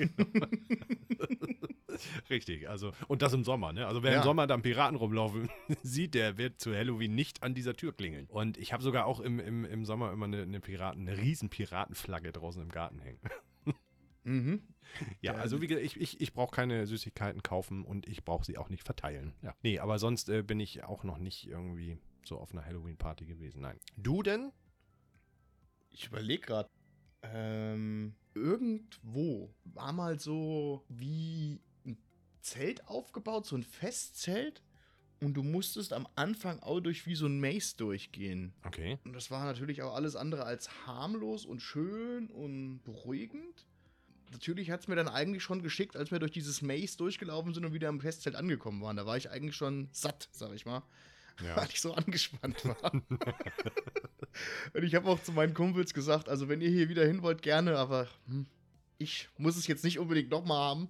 S3: Richtig, also und das im Sommer, ne? Also wer
S2: Ja.
S3: im Sommer da einen Piraten rumlaufen sieht, der wird zu Halloween nicht an dieser Tür klingeln. Und ich habe sogar auch im, im, im Sommer immer eine, eine Piraten, eine riesen Piratenflagge draußen im Garten hängen.
S2: Mhm.
S3: Ja,
S2: Ja,
S3: also wie gesagt, ich, ich, ich brauche keine Süßigkeiten kaufen und ich brauche sie auch nicht verteilen. Ja. Nee, aber sonst äh, bin ich auch noch nicht irgendwie so auf einer Halloween-Party gewesen. Nein. Du denn?
S2: Ich überlege gerade. Ähm, irgendwo war mal so wie ein Zelt aufgebaut, so ein Festzelt. Und du musstest am Anfang auch durch wie so ein Maze durchgehen.
S3: Okay.
S2: Und das war natürlich auch alles andere als harmlos und schön und beruhigend. Natürlich hat es mir dann eigentlich schon geschickt, als wir durch dieses Maze durchgelaufen sind und wieder am Festzelt angekommen waren. Da war ich eigentlich schon satt, sag ich mal,
S3: Ja.
S2: weil ich so angespannt war. Und ich habe auch zu meinen Kumpels gesagt, also wenn ihr hier wieder hin wollt, gerne, aber hm, ich muss es jetzt nicht unbedingt nochmal haben.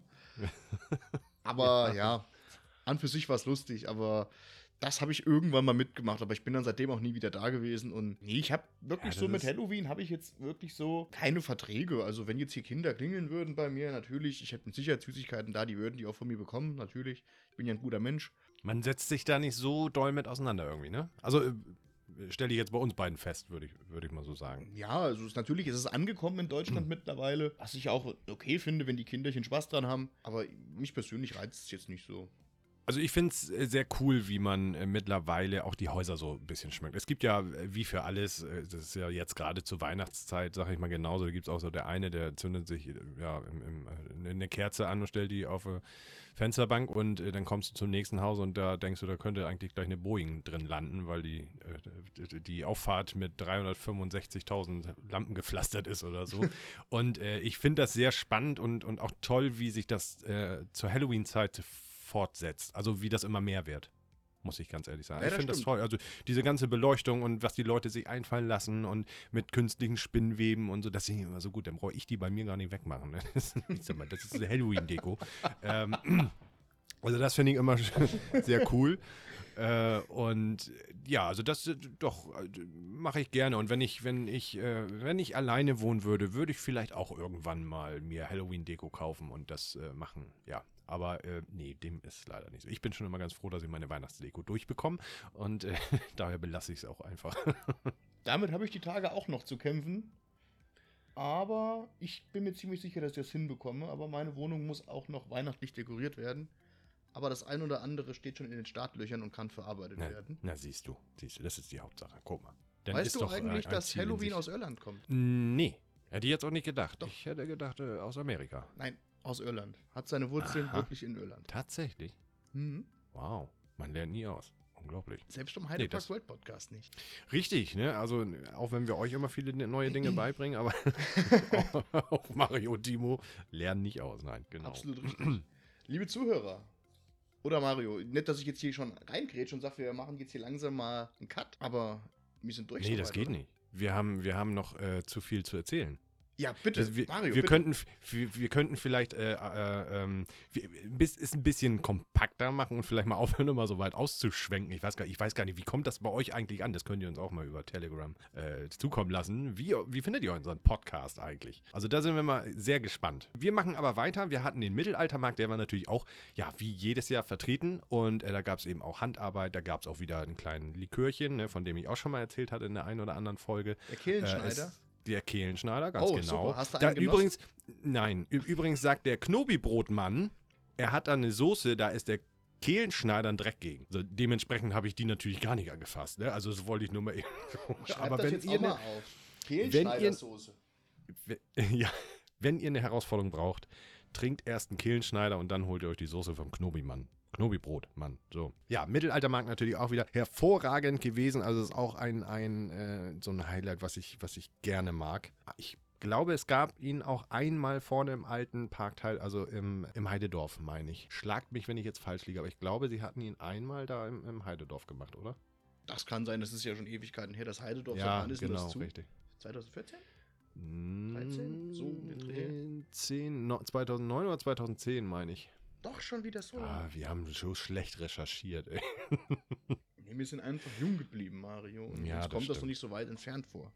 S2: Aber ja, an für sich war es lustig, aber das habe ich irgendwann mal mitgemacht, aber ich bin dann seitdem auch nie wieder da gewesen und nee, ich habe wirklich
S3: Ja,
S2: so
S3: das
S2: mit
S3: ist-
S2: Halloween habe ich jetzt wirklich so keine Verträge, also wenn jetzt hier Kinder klingeln würden bei mir, natürlich, ich hätte mit Sicherheit Süßigkeiten da, die würden die auch von mir bekommen, natürlich, ich bin ja ein guter Mensch.
S3: Man setzt sich da nicht so doll mit auseinander irgendwie, ne? Also äh, stelle ich jetzt bei uns beiden fest, würde ich, würd ich mal so sagen.
S2: Ja, also es, natürlich ist es angekommen in Deutschland mittlerweile, was ich auch okay finde, wenn die Kinderchen Spaß dran haben, aber mich persönlich reizt es jetzt nicht so.
S3: Also ich finde es sehr cool, wie man äh, mittlerweile auch die Häuser so ein bisschen schmückt. Es gibt ja, äh, wie für alles, äh, das ist ja jetzt gerade zur Weihnachtszeit, sage ich mal genauso, da gibt es auch so der eine, der zündet sich äh, ja, im, im, äh, eine Kerze an und stellt die auf eine Fensterbank und äh, dann kommst du zum nächsten Haus und da denkst du, da könnte eigentlich gleich eine Boeing drin landen, weil die, äh, die Auffahrt mit dreihundertfünfundsechzigtausend Lampen gepflastert ist oder so. Und äh, ich finde das sehr spannend und, und auch toll, wie sich das äh, zur Halloween-Zeit fortsetzt. Also wie das immer mehr wird, muss ich ganz ehrlich sagen.
S2: Ja,
S3: ich
S2: das
S3: finde das
S2: stimmt.
S3: toll. Also diese ganze Beleuchtung und was die Leute sich einfallen lassen und mit künstlichen Spinnweben und so, das ist immer so gut. Dann brauche ich die bei mir gar nicht wegmachen. Ne? Das ist, ich sag mal, das ist eine Halloween-Deko. ähm, also das finde ich immer sehr cool. Äh, und ja, also das äh, doch äh, mache ich gerne. Und wenn ich, wenn ich, äh, wenn ich alleine wohnen würde, würde ich vielleicht auch irgendwann mal mir Halloween-Deko kaufen und das äh, machen. Ja, aber äh, nee, dem ist leider nicht so. Ich bin schon immer ganz froh, dass ich meine Weihnachtsdeko durchbekomme und äh, daher belasse ich es auch einfach.
S2: Damit habe ich die Tage auch noch zu kämpfen. Aber ich bin mir ziemlich sicher, dass ich das hinbekomme. Aber meine Wohnung muss auch noch weihnachtlich dekoriert werden. Aber das ein oder andere steht schon in den Startlöchern und kann verarbeitet
S3: na,
S2: werden.
S3: na, siehst du, siehst du, das ist die Hauptsache. Guck mal. Dann
S2: Weißt
S3: ist
S2: du
S3: doch, äh,
S2: eigentlich,
S3: ein
S2: dass
S3: Ziel in
S2: Halloween
S3: sich.
S2: aus Irland kommt?
S3: Nee, hätte ich jetzt auch nicht gedacht.
S2: Doch.
S3: Ich hätte gedacht, äh, aus Amerika.
S2: Nein, aus Irland. Hat seine Wurzeln
S3: Aha.
S2: wirklich in Irland.
S3: Tatsächlich?
S2: Mhm.
S3: Wow, man lernt nie aus. Unglaublich.
S2: Selbst vom
S3: Nee,
S2: Heide Park
S3: das-
S2: World Podcast nicht.
S3: Richtig, ne? Also auch wenn wir euch immer viele neue Dinge beibringen, aber auch, auch Mario und Timo lernen nicht aus. Nein, genau.
S2: Absolut richtig. Liebe Zuhörer. Oder Mario, nicht, dass ich jetzt hier schon reingrätsche und sage, wir machen jetzt hier langsam mal einen Cut, aber wir sind durch.
S3: Nee, das
S2: soweit,
S3: geht
S2: oder?
S3: nicht. Wir haben, wir haben noch äh, zu viel zu erzählen.
S2: Ja, bitte,
S3: Also wir,
S2: Mario,
S3: wir,
S2: bitte.
S3: könnten, f- wir, wir könnten vielleicht äh, äh, ähm, wir, bis, ist ein bisschen kompakter machen und vielleicht mal aufhören, immer so weit auszuschwenken. Ich weiß, gar, ich weiß gar nicht, wie kommt das bei euch eigentlich an? Das könnt ihr uns auch mal über Telegram äh, zukommen lassen. Wie, wie findet ihr unseren Podcast eigentlich? Also da sind wir mal sehr gespannt. Wir machen aber weiter. Wir hatten den Mittelaltermarkt, der war natürlich auch, ja, wie jedes Jahr vertreten. Und äh, da gab es eben auch Handarbeit, da gab es auch wieder einen kleinen Likörchen, ne, von dem ich auch schon mal erzählt hatte in der einen oder anderen Folge.
S2: Der Kehlenschneider.
S3: Äh, es, Der Kehlenschneider, ganz
S2: Oh,
S3: genau.
S2: super. Hast du
S3: Da,
S2: einen genossen?
S3: übrigens, nein, ü- übrigens sagt der Knobi-Brotmann, er hat da eine Soße, da ist der Kehlenschneider ein Dreck gegen. Also dementsprechend habe ich die natürlich gar nicht angefasst. Ne? Also das wollte ich nur mal eben.
S2: Schreibt
S3: Aber
S2: das
S3: wenn
S2: jetzt
S3: ihr
S2: auch mal
S3: eine,
S2: auf. Kehlenschneidersoße.
S3: Ja, wenn ihr eine Herausforderung braucht, trinkt erst einen Kehlenschneider und dann holt ihr euch die Soße vom Knobi-Mann. Knobi-Brot, Mann. So. Ja, Mittelaltermarkt natürlich auch wieder hervorragend gewesen. Also ist auch ein, ein äh, so ein Highlight, was ich, was ich gerne mag. Ich glaube, es gab ihn auch einmal vorne im alten Parkteil, also im, im Heidedorf, meine ich. Schlagt mich, wenn ich jetzt falsch liege, aber ich glaube, sie hatten ihn einmal da im, im Heidedorf gemacht, oder?
S2: Das kann sein, das ist ja schon Ewigkeiten her. Das Heidedorf,
S3: ja,
S2: wann ist
S3: genau,
S2: das zu?
S3: Richtig.
S2: zwanzig vierzehn? dreizehn? So ungefähr.
S3: zehn, no, zweitausendneun oder zweitausendzehn, meine ich.
S2: Doch schon wieder so.
S3: Ah, wir haben so schlecht recherchiert, ey.
S2: Nee, wir sind einfach jung geblieben, Mario. Und
S3: ja,
S2: uns
S3: das
S2: kommt
S3: stimmt.
S2: das noch nicht so weit entfernt vor.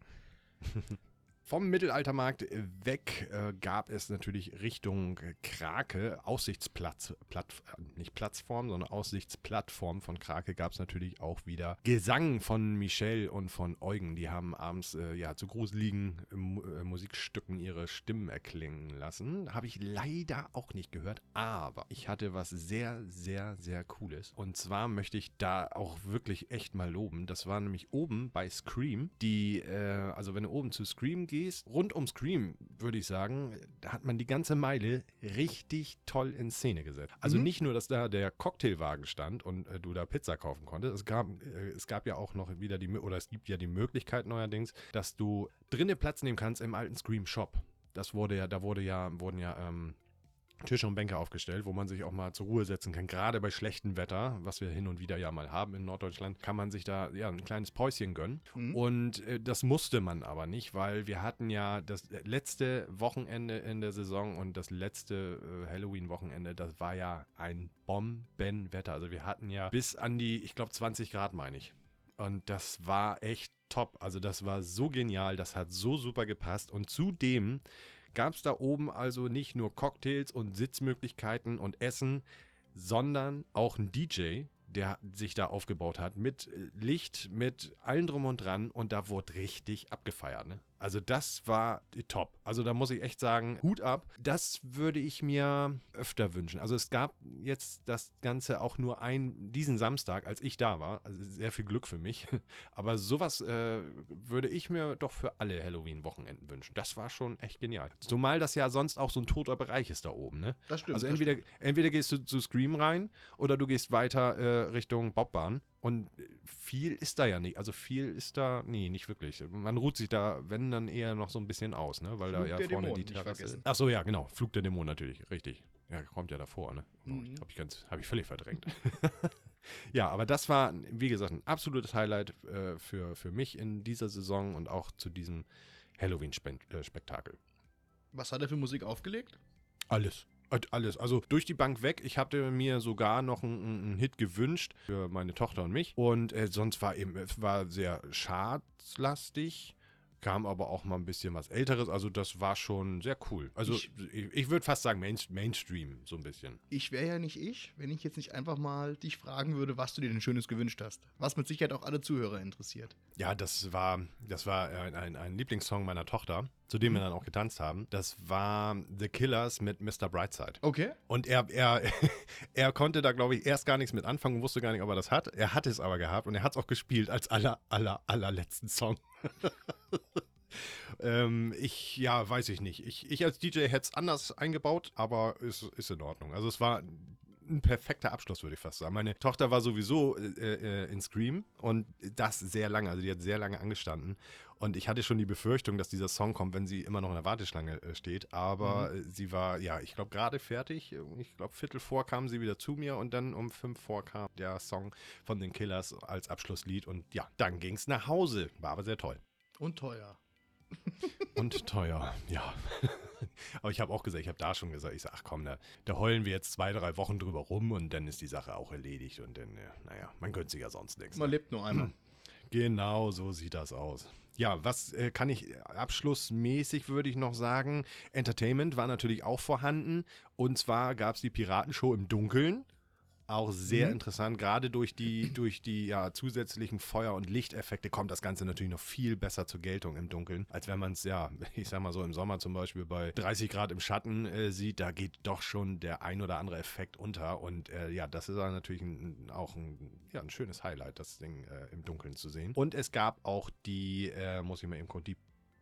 S3: Vom Mittelaltermarkt weg äh, gab es natürlich Richtung Krake, Aussichtsplatz, Platt, nicht Platzform, sondern Aussichtsplattform von Krake gab es natürlich auch wieder Gesang von Michel und von Eugen. Die haben abends äh, ja zu gruseligen äh, Musikstücken ihre Stimmen erklingen lassen. Habe ich leider auch nicht gehört, aber ich hatte was sehr, sehr, sehr Cooles. Und zwar möchte ich da auch wirklich echt mal loben. Das war nämlich oben bei Scream, die, äh, also wenn du oben zu Scream gehst, rund um Scream, würde ich sagen, da hat man die ganze Meile richtig toll in Szene gesetzt. Also
S2: Mhm.
S3: nicht nur, dass da der Cocktailwagen stand und äh, du da Pizza kaufen konntest. Es gab, äh, es gab ja auch noch wieder die, oder es gibt ja die Möglichkeit neuerdings, dass du drinnen Platz nehmen kannst im alten Scream Shop. Das wurde ja, da wurde ja, wurden ja, ähm, Tische und Bänke aufgestellt, wo man sich auch mal zur Ruhe setzen kann. Gerade bei schlechtem Wetter, was wir hin und wieder ja mal haben in Norddeutschland, kann man sich da ja ein kleines Päuschen gönnen.
S2: Mhm.
S3: Und äh, das musste man aber nicht, weil wir hatten ja das letzte Wochenende in der Saison und das letzte äh, Halloween-Wochenende, das war ja ein Bombenwetter. Also wir hatten ja bis an die, ich glaube zwanzig Grad, meine ich. Und das war echt top. Also das war so genial, das hat so super gepasst. Und zudem gab es da oben also nicht nur Cocktails und Sitzmöglichkeiten und Essen, sondern auch ein D J, der sich da aufgebaut hat mit Licht, mit allem drum und dran und da wurde richtig abgefeiert, ne? Also das war top. Also da muss ich echt sagen, Hut ab. Das würde ich mir öfter wünschen. Also es gab jetzt das Ganze auch nur ein, diesen Samstag, als ich da war. Also sehr viel Glück für mich. Aber sowas äh, würde ich mir doch für alle Halloween-Wochenenden wünschen. Das war schon echt genial. Zumal das ja sonst auch so ein toter Bereich ist da oben, ne?
S2: Das stimmt.
S3: Also
S2: das
S3: entweder,
S2: stimmt.
S3: entweder gehst du zu Scream rein oder du gehst weiter äh, Richtung Bobbahn. Und viel ist da ja nicht. Also viel ist da, nee, nicht wirklich. Man ruht sich da, wenn, dann eher noch so ein bisschen aus, ne? Weil
S2: Flug
S3: da ja
S2: der
S3: vorne
S2: Dämonen,
S3: die
S2: nicht
S3: Terrasse
S2: vergessen.
S3: ist. Achso, ja, genau. Flug der Dämonen natürlich, richtig. Ja, kommt ja davor, ne? Oh,
S2: Mhm.
S3: Hab ich ganz, habe ich völlig verdrängt. Ja, aber das war, wie gesagt, ein absolutes Highlight äh, für, für mich in dieser Saison und auch zu diesem Halloween-Spektakel.
S2: Was hat er für Musik aufgelegt?
S3: Alles. Alles. Also durch die Bank weg. Ich hatte mir sogar noch einen, einen Hit gewünscht für meine Tochter und mich. Und äh, sonst war eben, es war sehr schadlastig. Kam aber auch mal ein bisschen was Älteres. Also das war schon sehr cool. Also
S2: Ich-
S3: ich, ich würde fast sagen Main, Mainstream so ein bisschen.
S2: Ich wäre ja nicht ich, wenn ich jetzt nicht einfach mal dich fragen würde, was du dir denn Schönes gewünscht hast. Was mit Sicherheit auch alle Zuhörer interessiert.
S3: Ja, das war, das war ein, ein, ein Lieblingssong meiner Tochter, zu dem wir dann auch getanzt haben. Das war The Killers mit Mister Brightside.
S2: Okay.
S3: Und er, er, er konnte da, glaube ich, erst gar nichts mit anfangen und wusste gar nicht, ob er das hat. Er hat es aber gehabt und er hat es auch gespielt als aller, aller, allerletzten Song. ähm, ich, ja, weiß ich nicht. Ich, ich als D J hätte es anders eingebaut, aber ist, ist in Ordnung. Also es war ein perfekter Abschluss, würde ich fast sagen. Meine Tochter war sowieso äh, äh, in Scream und das sehr lange, also die hat sehr lange angestanden und ich hatte schon die Befürchtung, dass dieser Song kommt, wenn sie immer noch in der Warteschlange äh, steht, aber mhm. sie war, ja, ich glaube gerade fertig, ich glaube Viertel vor kam sie wieder zu mir und dann um fünf vor kam der Song von den Killers als Abschlusslied und ja, dann ging es nach Hause, war aber sehr toll.
S2: Und teuer.
S3: Und teuer, ja. Aber ich habe auch gesagt, ich habe da schon gesagt, ich sage, ach komm, da, da heulen wir jetzt zwei, drei Wochen drüber rum und dann ist die Sache auch erledigt und dann, naja, man gönnt sich ja sonst nichts.
S2: Man lebt nur einmal.
S3: Genau, so sieht das aus. Ja, was äh, kann ich abschlussmäßig, würde ich noch sagen, Entertainment war natürlich auch vorhanden und zwar gab es die Piratenshow im Dunkeln. Auch sehr mhm. interessant, gerade durch die, durch die ja, zusätzlichen Feuer- und Lichteffekte kommt das Ganze natürlich noch viel besser zur Geltung im Dunkeln, als wenn man es, ja, ich sag mal so im Sommer zum Beispiel bei dreißig Grad im Schatten äh, sieht, da geht doch schon der ein oder andere Effekt unter und äh, ja, das ist dann natürlich ein, auch ein, ja, ein schönes Highlight, das Ding äh, im Dunkeln zu sehen. Und es gab auch die, äh, muss ich mal eben gucken, die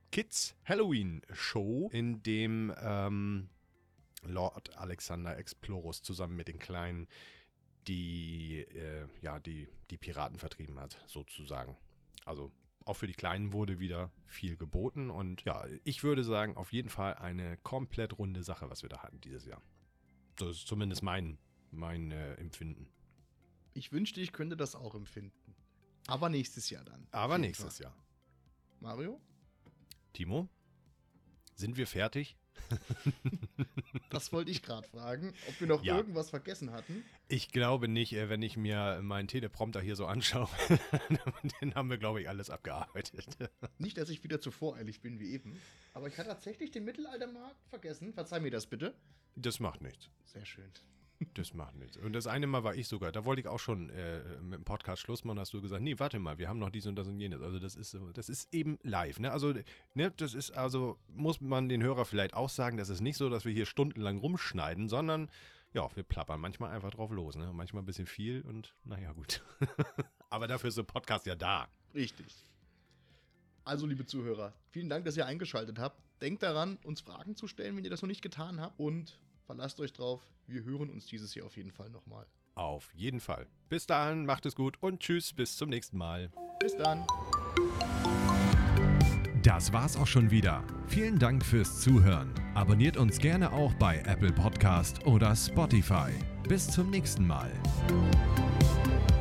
S3: Kids Halloween Show, in dem ähm, Lord Alexander Explorus zusammen mit den Kleinen die, äh, ja, die, die Piraten vertrieben hat, sozusagen. Also auch für die Kleinen wurde wieder viel geboten und ja, ich würde sagen, auf jeden Fall eine komplett runde Sache, was wir da hatten dieses Jahr. Das ist zumindest mein, mein äh, Empfinden.
S2: Ich wünschte, ich könnte das auch empfinden. Aber nächstes Jahr dann.
S3: Aber nächstes Jahr.
S2: Mario?
S3: Timo? Sind wir fertig?
S2: Das wollte ich gerade fragen, ob wir noch
S3: Ja.
S2: irgendwas vergessen hatten.
S3: Ich glaube nicht, äh, wenn ich mir meinen Teleprompter hier so anschaue. Den haben wir, glaube ich, alles abgearbeitet.
S2: Nicht, dass ich wieder zu voreilig bin wie eben. Aber ich hatte tatsächlich den Mittelaltermarkt vergessen. Verzeih mir das bitte.
S3: Das macht nichts.
S2: Sehr schön.
S3: Das macht nichts. Und das eine Mal war ich sogar, da wollte ich auch schon äh, mit dem Podcast Schluss machen, hast du gesagt, nee, warte mal, wir haben noch dies und das und jenes. Also das ist, das ist eben live, ne? Also, ne, das ist, also muss man den Hörer vielleicht auch sagen, das ist nicht so, dass wir hier stundenlang rumschneiden, sondern, ja, wir plappern manchmal einfach drauf los, ne? Manchmal ein bisschen viel und, naja, gut. Aber dafür ist der Podcast ja da.
S2: Richtig. Also, liebe Zuhörer, vielen Dank, dass ihr eingeschaltet habt. Denkt daran, uns Fragen zu stellen, wenn ihr das noch nicht getan habt. Und verlasst euch drauf, wir hören uns dieses Jahr auf jeden Fall nochmal.
S3: Auf jeden Fall. Bis dahin, macht es gut und tschüss, bis zum nächsten Mal.
S2: Bis dann.
S1: Das war's auch schon wieder. Vielen Dank fürs Zuhören. Abonniert uns gerne auch bei Apple Podcast oder Spotify. Bis zum nächsten Mal.